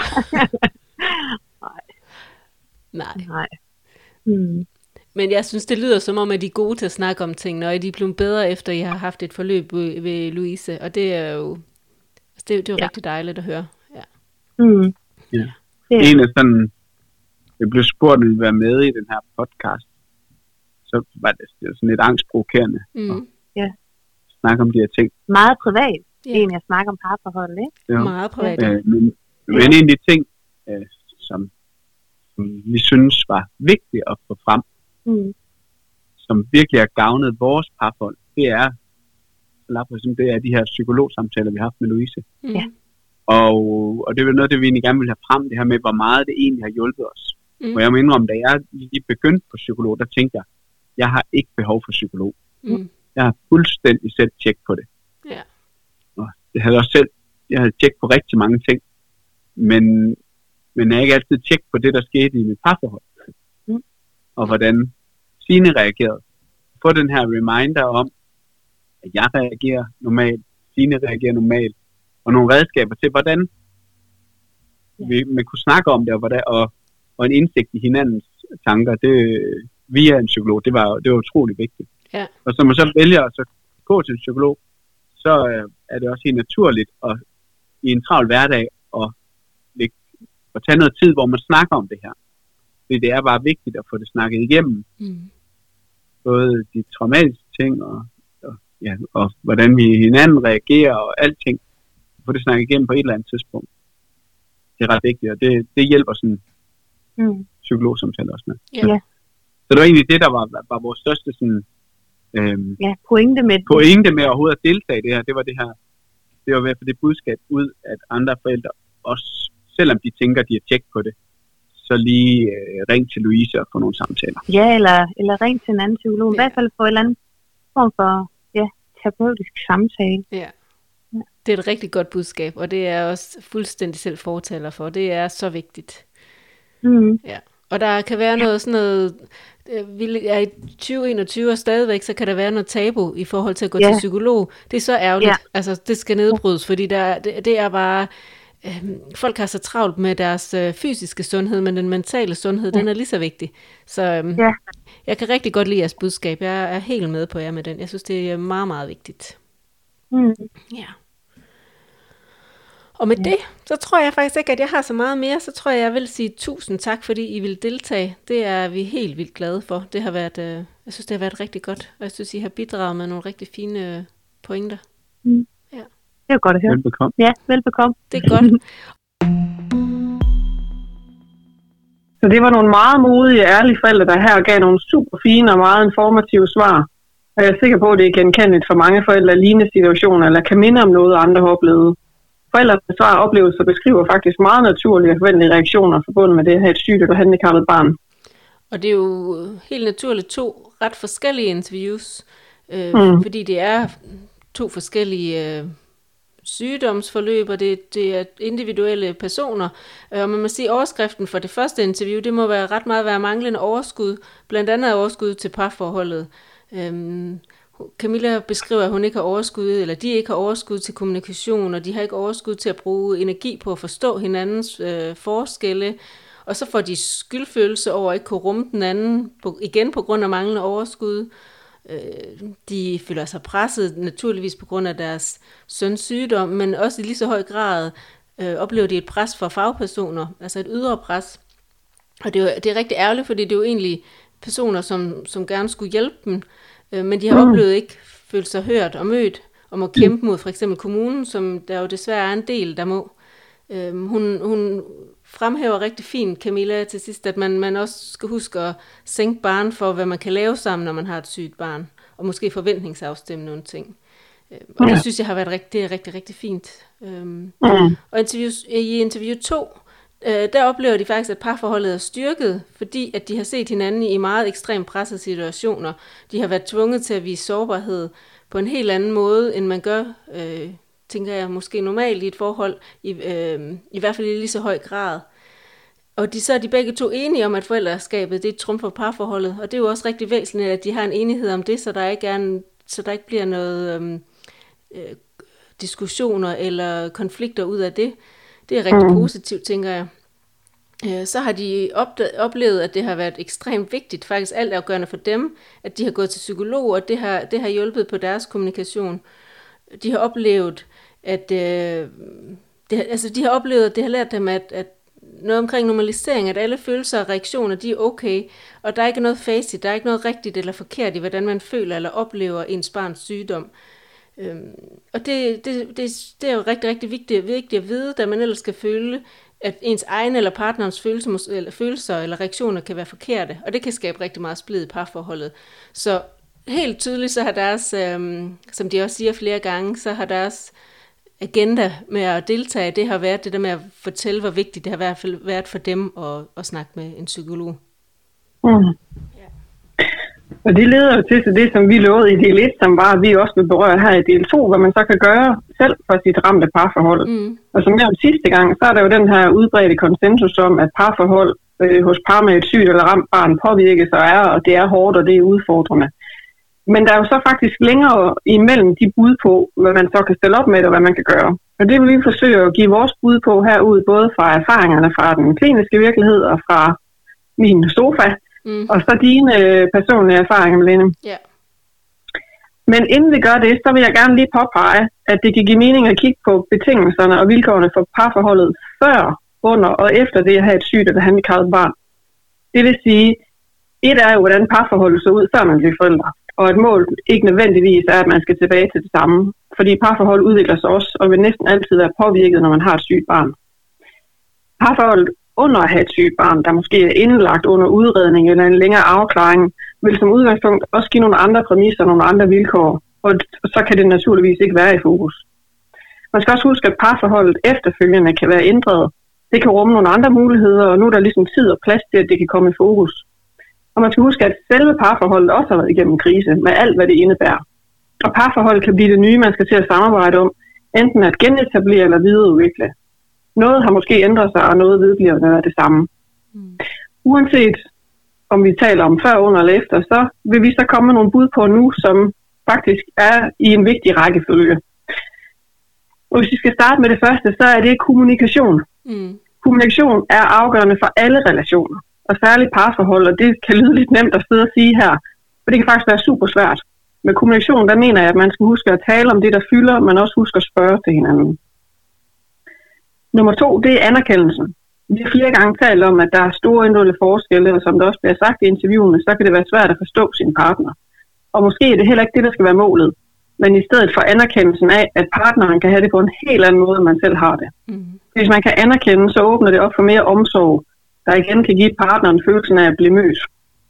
Nej. Nej. Nej. Mm. Men jeg synes, det lyder som om, at I er gode til at snakke om tingene, og at I er blevet bedre, efter I har haft et forløb ved, ved Louise. Og det er jo, altså det, det er jo ja. rigtig dejligt at høre. Ja. Mm. Ja. Yeah. En af sådan, jeg blev spurgt, at ville være med i den her podcast, så var det, det var sådan lidt angstprovokerende mm. at yeah. snakke om de her ting. Meget privat. Yeah. Egentlig at snakke om parforhold, ikke? Ja. Meget privat. Øh, men, men en af de ting, øh, som, som vi synes var vigtigt at få frem, mm. som virkelig har gavnet vores parforhold, det er, det er de her psykologsamtaler, vi har haft med Louise. Mm. Ja. Og, og det er noget, det vi egentlig gerne vil have frem, det her med, hvor meget det egentlig har hjulpet os. Mm. Og jeg må indrømme, da jeg lige begyndte på psykolog, der tænkte jeg, jeg har ikke behov for psykolog. Mm. Jeg har fuldstændig selv tjek på det. Ja. Og jeg havde også selv, jeg havde tjek på rigtig mange ting, men, men jeg har ikke altid tjek på det, der skete i mit parforhold. Mm. Og hvordan Signe reagerede. Få den her reminder om, at jeg reagerer normalt, Signe reagerer normalt, og nogle redskaber til, hvordan vi, man kunne snakke om det, og, hvordan, og, og en indsigt i hinandens tanker, det, via en psykolog, det var, det var utrolig vigtigt. Ja. Og så man så vælger at så gå til en psykolog, så øh, er det også helt naturligt at, i en travl hverdag at, at tage noget tid, hvor man snakker om det her. Fordi det er bare vigtigt at få det snakket igennem. Mm. Både de traumatiske ting, og, og, ja, og hvordan vi hinanden reagerer, og alting. Få det snakket igennem på et eller andet tidspunkt. Det er ret vigtigt, og det, det hjælper sådan mm. psykologsamtale også med. Ja. Ja. Så det var egentlig det, der var, var vores største sådan, øhm, ja, pointe med pointe med overhovedet at deltage i det her. Det var det her, det var i hvert fald det budskab ud, at andre forældre også, selvom de tænker, de har tjek på det, så lige øh, ring til Louise og få nogle samtaler. Ja, eller, eller ring til en anden psykolog. Ja. I hvert fald få en eller anden form for ja, terapeutisk samtale. Ja. Det er et rigtig godt budskab, og det er også fuldstændig selv fortaler for. Det er så vigtigt. Mm. Ja. Og der kan være noget sådan noget, vi er i tyve enogtyve og stadigvæk, så kan der være noget tabu i forhold til at gå yeah. til psykolog. Det er så ærgerligt, yeah. altså det skal nedbrydes, fordi der, det, det er bare, øh, folk har så travlt med deres øh, fysiske sundhed, men den mentale sundhed, yeah. den er lige så vigtig. Så øh, yeah. jeg kan rigtig godt lide jeres budskab, jeg er helt med på jer med den. Jeg synes, det er meget, meget vigtigt. Mm. Ja. Og med ja. det, så tror jeg faktisk ikke, at jeg har så meget mere. Så tror jeg, jeg vil sige tusind tak, fordi I vil deltage. Det er vi helt vildt glade for. Det har været, øh, jeg synes, det har været rigtig godt. Og jeg synes, I har bidraget med nogle rigtig fine pointer. Mm. Ja. Det er godt at høre. Velbekomme. Ja, velbekomme. Det er godt. Så det var nogle meget modige, ærlige forældre, der her gav nogle super fine og meget informative svar. Og jeg er sikker på, at det er genkendeligt for mange forældre i lignende situationer, eller kan minde om noget, andre har oplevet. Forældrenes svar og oplevelser beskriver faktisk meget naturlige og forventelige reaktioner forbundet med det at have et sygt eller handicappet barn. Og det er jo helt naturligt to ret forskellige interviews, øh, mm. fordi det er to forskellige øh, sygdomsforløb, og det, det er individuelle personer. Og man må sige, at overskriften for det første interview, det må være ret meget være manglende overskud, blandt andet overskud til parforholdet. Øhm, Camilla beskriver, at hun ikke har overskud, eller de ikke har overskud til kommunikation, og de har ikke overskud til at bruge energi på at forstå hinandens øh, forskelle, og så får de skyldfølelse over at ikke kunne rumme den anden, på, igen på grund af manglende overskud. Øh, de føler sig presset, naturligvis på grund af deres søns sygdom, men også i lige så høj grad øh, oplever de et pres fra fagpersoner, altså et ydre pres. Og det er, det er rigtig ærgerligt, fordi det er jo egentlig personer, som, som gerne skulle hjælpe dem, men de har mm. oplevet ikke følt sig hørt og mødt, og må kæmpe mod for eksempel kommunen, som der jo desværre er en del, der må. Øhm, hun, hun fremhæver rigtig fint, Camilla, til sidst, at man, man også skal huske at sænke barn for, hvad man kan lave sammen, når man har et sygt barn, og måske forventningsafstemme nogle ting. Øhm, og ja. det synes jeg har været rigtig, det er rigtig, rigtig fint. Øhm, mm. Og interview, i interview to, Øh, der oplever de faktisk, at parforholdet er styrket, fordi at de har set hinanden i meget ekstremt pressede situationer. De har været tvunget til at vise sårbarhed på en helt anden måde, end man gør, øh, tænker jeg, måske normalt i et forhold, i, øh, i hvert fald i lige så høj grad. Og de, så er de begge to enige om, at forældreskabet det er et trumfer parforholdet, og det er jo også rigtig væsentligt, at de har en enighed om det, så der ikke, er en, så der ikke bliver noget øh, øh, diskussioner eller konflikter ud af det. Det er rigtig mm. positivt, tænker jeg. Så har de oplevet, at det har været ekstremt vigtigt, faktisk altafgørende for dem, at de har gået til psykolog, og det har, det har hjulpet på deres kommunikation. De har oplevet, at øh, det, altså de har oplevet, at det har lært dem, at, at noget omkring normalisering, at alle følelser og reaktioner, de er okay, og der er ikke noget facit, der er ikke noget rigtigt eller forkert i, hvordan man føler eller oplever ens barns sygdom. Øhm, og det, det, det, det er jo rigtig, rigtig vigtigt, vigtigt at vide, da man ellers skal føle, at ens egen eller partnerens følelser eller, følelser eller reaktioner kan være forkerte, og det kan skabe rigtig meget splid i parforholdet. Så helt tydeligt, så har deres, øhm, som de også siger flere gange, så har deres agenda med at deltage, det har været det der med at fortælle, hvor vigtigt det har i hvert fald været for dem at, at snakke med en psykolog. Mm. Ja. Og det leder jo til det, som vi lovede i del et, som var, at vi også vil berøre her i del to, hvad man så kan gøre selv for sit ramte parforhold. Mm. Og som jeg sidste gang, så er der jo den her udbredte konsensus om, at parforhold øh, hos par med et sygt eller ramt barn påvirkes og er, og det er hårdt, og det er udfordrende. Men der er jo så faktisk længere imellem de bud på, hvad man så kan stille op med, og hvad man kan gøre. Og det vil vi forsøge at give vores bud på herude, både fra erfaringerne fra den kliniske virkelighed og fra min sofa, mm. og så dine øh, personlige erfaringer, Malene. Yeah. Men inden vi gør det, så vil jeg gerne lige påpege, at det kan give mening at kigge på betingelserne og vilkårene for parforholdet før, under og efter det at have et sygt eller handicappet barn. Det vil sige, et er jo, hvordan parforholdet så ud, før man bliver forældre. Og et mål ikke nødvendigvis er, at man skal tilbage til det samme. Fordi parforhold udvikler sig også, og vil næsten altid være påvirket, når man har et sygt barn. Parforholdet under at have et sygt barn, der måske er indlagt under udredning eller en længere afklaring, vil som udgangspunkt også give nogle andre præmisser og nogle andre vilkår. Og så kan det naturligvis ikke være i fokus. Man skal også huske, at parforholdet efterfølgende kan være ændret. Det kan rumme nogle andre muligheder, og nu er der ligesom tid og plads til, at det kan komme i fokus. Og man skal huske, at selve parforholdet også har været igennem krise, med alt, hvad det indebærer. Og parforholdet kan blive det nye, man skal til at samarbejde om, enten at genetablere eller videreudvikle. Noget har måske ændret sig, og noget vedbliver at være det samme. Mm. uanset om vi taler om før, under eller efter, så vil vi så komme med nogle bud på nu, som faktisk er i en vigtig rækkefølge. Og hvis vi skal starte med det første, så er det kommunikation. Mm. Kommunikation er afgørende for alle relationer, og særligt parforhold, og det kan lyde lidt nemt at sidde og sige her, for det kan faktisk være super svært. Med kommunikation, der mener jeg, at man skal huske at tale om det, der fylder, men også huske at spørge til hinanden. Nummer to, det er anerkendelsen. Vi har flere gange talt om, at der er store individuelle forskelle, og som der også bliver sagt i interviewene, så kan det være svært at forstå sin partner. Og måske er det heller ikke det, der skal være målet, men i stedet for anerkendelsen af, at partneren kan have det på en helt anden måde, end man selv har det. Mm. Hvis man kan anerkende, så åbner det op for mere omsorg, der igen kan give partneren følelsen af at blive mødt.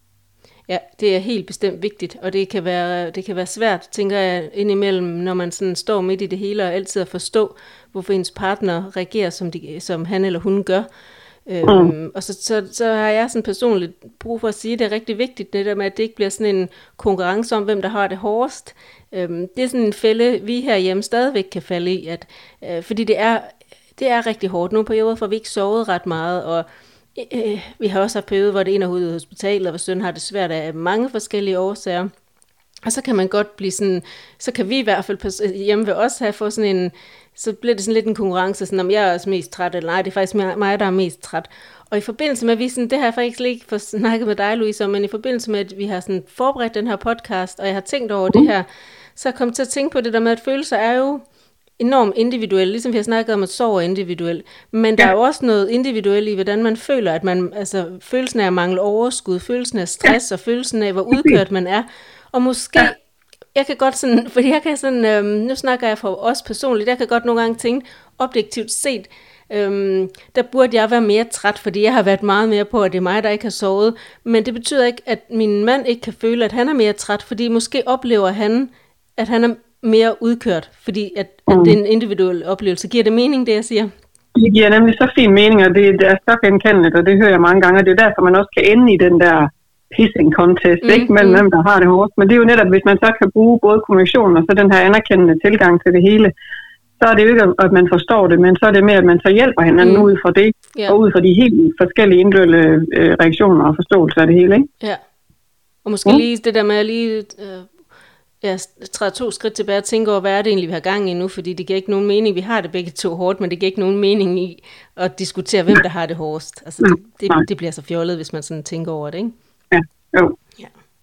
Ja, det er helt bestemt vigtigt, og det kan være, det kan være svært, tænker jeg, indimellem, når man sådan står midt i det hele og altid at forstå, hvorfor ens partner reagerer, som, de, som han eller hun gør. Mm. Øhm, og så, så, så har jeg sådan personligt brug for at sige, at det er rigtig vigtigt, det der med, at det ikke bliver sådan en konkurrence om, hvem der har det hårdest. Øhm, det er sådan en fælde, vi herhjemme stadigvæk kan falde i, at, øh, fordi det er, det er rigtig hårdt. Nogle perioder får vi ikke sovet ret meget, og øh, vi har også haft perioder, hvor det ene er ude i hospitalet, og hvor søn har det svært af mange forskellige årsager. Og så kan man godt blive sådan, så kan vi i hvert fald hjemme ved os have fået sådan en, så bliver det sådan lidt en konkurrence, sådan om jeg er også mest træt, eller nej, det er faktisk mig, der er mest træt. Og i forbindelse med, at vi sådan, det har jeg faktisk ikke fået snakket med dig, Louise, men i forbindelse med, at vi har sådan forberedt den her podcast, og jeg har tænkt over det her, så er jeg kommet til at tænke på det der med, at følelser er jo enormt individuelle, ligesom vi har snakket om, at sorg er individuelt. Men der ja. er jo også noget individuelt i, hvordan man føler, at man, altså følelsen af at mangle overskud, følelsen af stress, ja. og følelsen af, hvor udkørt man er. Og måske, ja. jeg kan godt sådan, fordi jeg kan sådan, øhm, nu snakker jeg for os personligt, jeg kan godt nogle gange tænke, objektivt set, øhm, der burde jeg være mere træt, fordi jeg har været meget mere på, at det er mig, der ikke har sovet. Men det betyder ikke, at min mand ikke kan føle, at han er mere træt, fordi måske oplever han, at han er mere udkørt, fordi at, mm. at det er en individuel oplevelse. Giver det mening, det jeg siger? Det giver nemlig så fin mening, og det, det er så genkendeligt, og det hører jeg mange gange, og det er derfor, man også kan ende i den der pissing contest, mm, ikke mellem mm. hvem, der har det hårdt. Men det er jo netop, hvis man så kan bruge både kommunikation og så den her anerkendende tilgang til det hele, så er det jo ikke, at man forstår det, men så er det mere, at man så hjælper hinanden mm. ud fra det, yeah. og ud fra de helt forskellige individuelle øh, reaktioner og forståelser af det hele, ikke? Ja, og måske mm. lige det der med at lige øh, jeg træder to skridt tilbage og tænker over, hvad er det egentlig, vi har gang i nu, fordi det giver ikke nogen mening, vi har det begge to hårdt, men det giver ikke nogen mening i at diskutere, hvem der har det hårdest. Altså, det, det, det bliver så fjollet, hvis man sådan tænker over det, ikke? Ja, jo. Ja.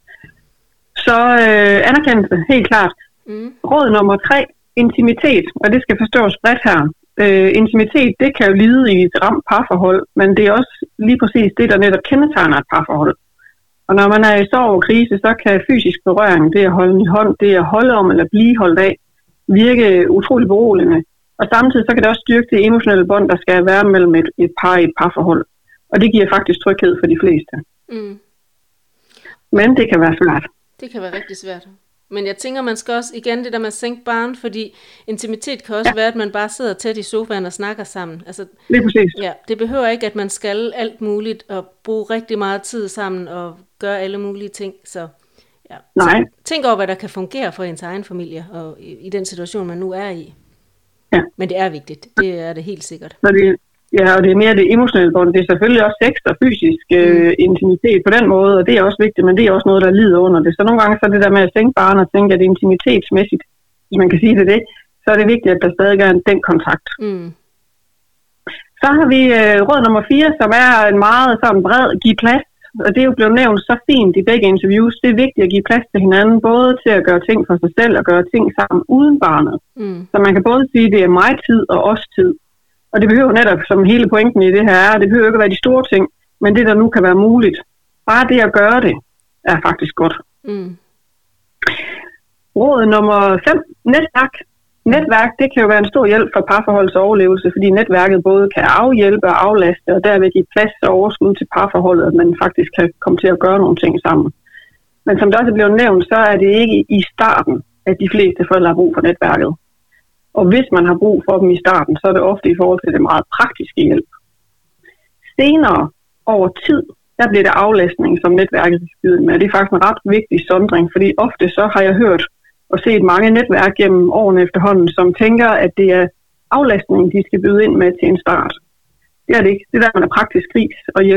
Så øh, anerkendelse, helt klart. Mm. Råd nummer tre, intimitet, og det skal forstås bredt her. Øh, intimitet, det kan jo lide i et ramt parforhold, men det er også lige præcis det, der netop kendetegner et parforhold. Og når man er i sorg og krise, så kan fysisk berøring, det at holde i hånd, det at holde om eller blive holdt af, virke utrolig beroligende. Og samtidig så kan det også styrke det emotionelle bånd, der skal være mellem et, et par i et parforhold. Og det giver faktisk tryghed for de fleste. Mm. Men det kan være svært. Det kan være rigtig svært. Men jeg tænker, man skal også igen det der med at sænke barn, fordi intimitet kan også ja. være, at man bare sidder tæt i sofaen og snakker sammen. Altså, det er præcis. Ja, det behøver ikke, at man skal alt muligt og bruge rigtig meget tid sammen og gøre alle mulige ting. Så, ja. Nej. Så tænk over, hvad der kan fungere for ens egen familie og i, i den situation, man nu er i. Ja. Men det er vigtigt. Det er det helt sikkert. Så det, ja, og det er mere det emotionelle bånd. Det er selvfølgelig også sex og fysisk øh, mm. intimitet på den måde, og det er også vigtigt, men det er også noget, der lider under det. Så nogle gange så er det der med at sænke barn og tænke, at det er intimitetsmæssigt, hvis man kan sige det det, så er det vigtigt, at der stadig er den kontakt. Mm. Så har vi øh, råd nummer fire, som er en meget sådan bred, give plads, og det er jo blevet nævnt så fint i begge interviews. Det er vigtigt at give plads til hinanden, både til at gøre ting for sig selv og gøre ting sammen uden barnet. Mm. Så man kan både sige, at det er mig tid og os tid. Og det behøver netop, som hele pointen i det her er, det behøver ikke at være de store ting, men det, der nu kan være muligt. Bare det at gøre det, er faktisk godt. Mm. Råd nummer fem, netværk. Netværk, det kan jo være en stor hjælp for parforholdets overlevelse, fordi netværket både kan afhjælpe og aflaste, og derved give plads og overskud til parforholdet, at man faktisk kan komme til at gøre nogle ting sammen. Men som det også er blevet nævnt, så er det ikke i starten, at de fleste forældre har brug for netværket. Og hvis man har brug for dem i starten, så er det ofte i forhold til det meget praktiske hjælp. Senere, over tid, der bliver det aflastning, som netværket skal byde med. Det er faktisk en ret vigtig sondring, fordi ofte så har jeg hørt og set mange netværk gennem årene efterhånden, som tænker, at det er aflastning, de skal byde ind med til en start. Det er det ikke. Det er der, man er praktisk gris og hjælper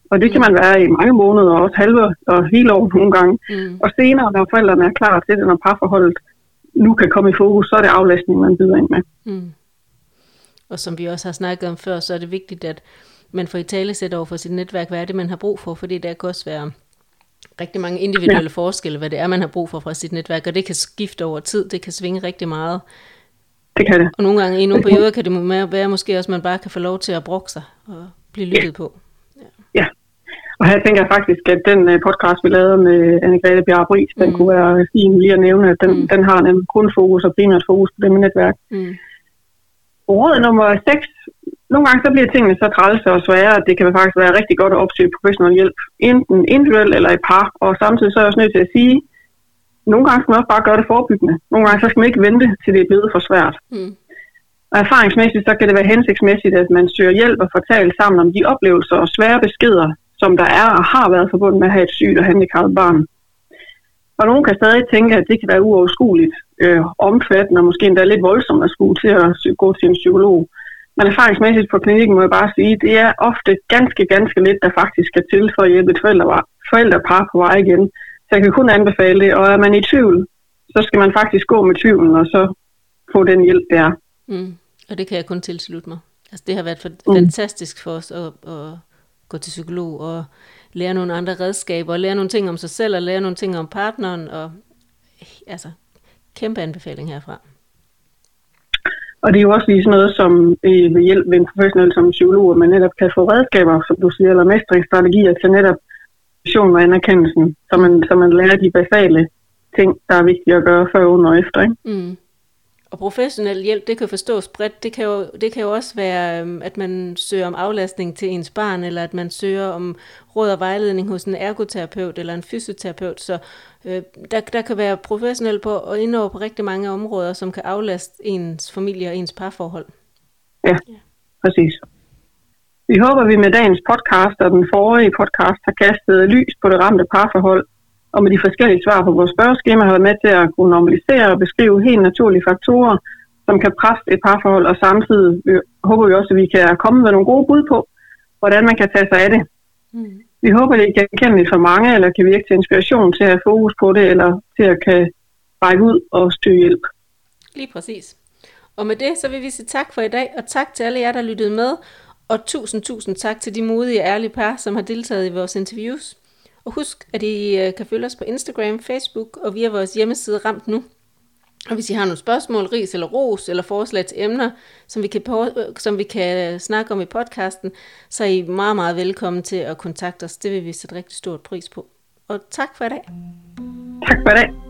Og det kan man være i mange måneder, og også halve og hele år nogle gange. Mm. Og senere, når forældrene er klar til det, når parforholdet nu kan komme i fokus, så er det aflastning, man byder ind med. Mm. Og som vi også har snakket om før, så er det vigtigt, at man får i talesæt over for sit netværk, hvad er det, man har brug for, fordi der kan også være rigtig mange individuelle ja. forskelle, hvad det er, man har brug for fra sit netværk, og det kan skifte over tid, det kan svinge rigtig meget. Det kan det. Og nogle gange i nogle perioder kan det være måske også, at man bare kan få lov til at brokke sig og blive lyttet ja. på. Ja. ja, og her tænker jeg faktisk, at den podcast, vi lavede med Anne-Grethe Bjerre Bris, den mm. kunne være fin lige at nævne, at den, mm. den har en kun fokus og primært fokus på det med netværk. Mm. Råd nummer seks. Nogle gange så bliver tingene så trælse og svære, at det kan faktisk være rigtig godt at opsøge professionel hjælp, enten individuelt eller i par, og samtidig så er jeg også nødt til at sige, nogle gange skal man også bare gøre det forebyggende. Nogle gange så skal man ikke vente, til det er blevet for svært. Mm. Og erfaringsmæssigt så kan det være hensigtsmæssigt, at man søger hjælp og får talt sammen om de oplevelser og svære beskeder, som der er og har været forbundet med at have et sygt og handicappet barn. Og nogen kan stadig tænke, at det kan være uoverskueligt, øh, omfattende og måske endda lidt voldsomt at skulle til at gå til en psykolog. Men erfaringsmæssigt på klinikken må jeg bare sige, at det er ofte ganske, ganske lidt, der faktisk skal til for at hjælpe et forældre, forældrepar på vej igen. Så jeg kan kun anbefale det, og er man i tvivl, så skal man faktisk gå med tvivlen og så få den hjælp, der er. Mm. Og det kan jeg kun tilslutte mig. Altså, det har været for, mm. fantastisk for os at, at gå til psykolog og lære nogle andre redskaber, og lære nogle ting om sig selv, og lære nogle ting om partneren, og altså, kæmpe anbefaling herfra. Og det er jo også lige sådan noget, som ved hjælp ved en professionel som psykolog, at man netop kan få redskaber, som du siger, eller mestringsstrategier til netop vision og anerkendelsen, så man, så man lærer de basale ting, der er vigtige at gøre før, under og efter. Ikke? Mm. Og professionel hjælp, det kan forstås bredt. Det kan jo, det kan jo også være, at man søger om aflastning til ens barn, eller at man søger om råd og vejledning hos en ergoterapeut eller en fysioterapeut. Så øh, der, der kan være professionel på og indover på rigtig mange områder, som kan aflaste ens familie og ens parforhold. Ja, ja. Præcis. Vi håber, vi med dagens podcast og den forrige podcast har kastet lys på det ramte parforhold, og med de forskellige svar på vores spørgeskema har været med til at kunne normalisere og beskrive helt naturlige faktorer, som kan presse et parforhold, og samtidig håber vi også, at vi kan komme med nogle gode bud på, hvordan man kan tage sig af det. Mm. Vi håber, det er genkendeligt for mange, eller kan virke til inspiration til at have fokus på det, eller til at kan række ud og støtte hjælp. Lige præcis. Og med det, så vil vi sige tak for i dag, og tak til alle jer, der lyttede med, og tusind, tusind tak til de modige og ærlige par, som har deltaget i vores interviews. Og husk, at I kan følge os på Instagram, Facebook og via vores hjemmeside Ramt Nu. Og hvis I har nogle spørgsmål, ris eller ros eller forslag til emner, som vi kan, på, som vi kan snakke om i podcasten, så er I meget, meget velkommen til at kontakte os. Det vil vi sætte rigtig stort pris på. Og tak for i dag. Tak for i dag.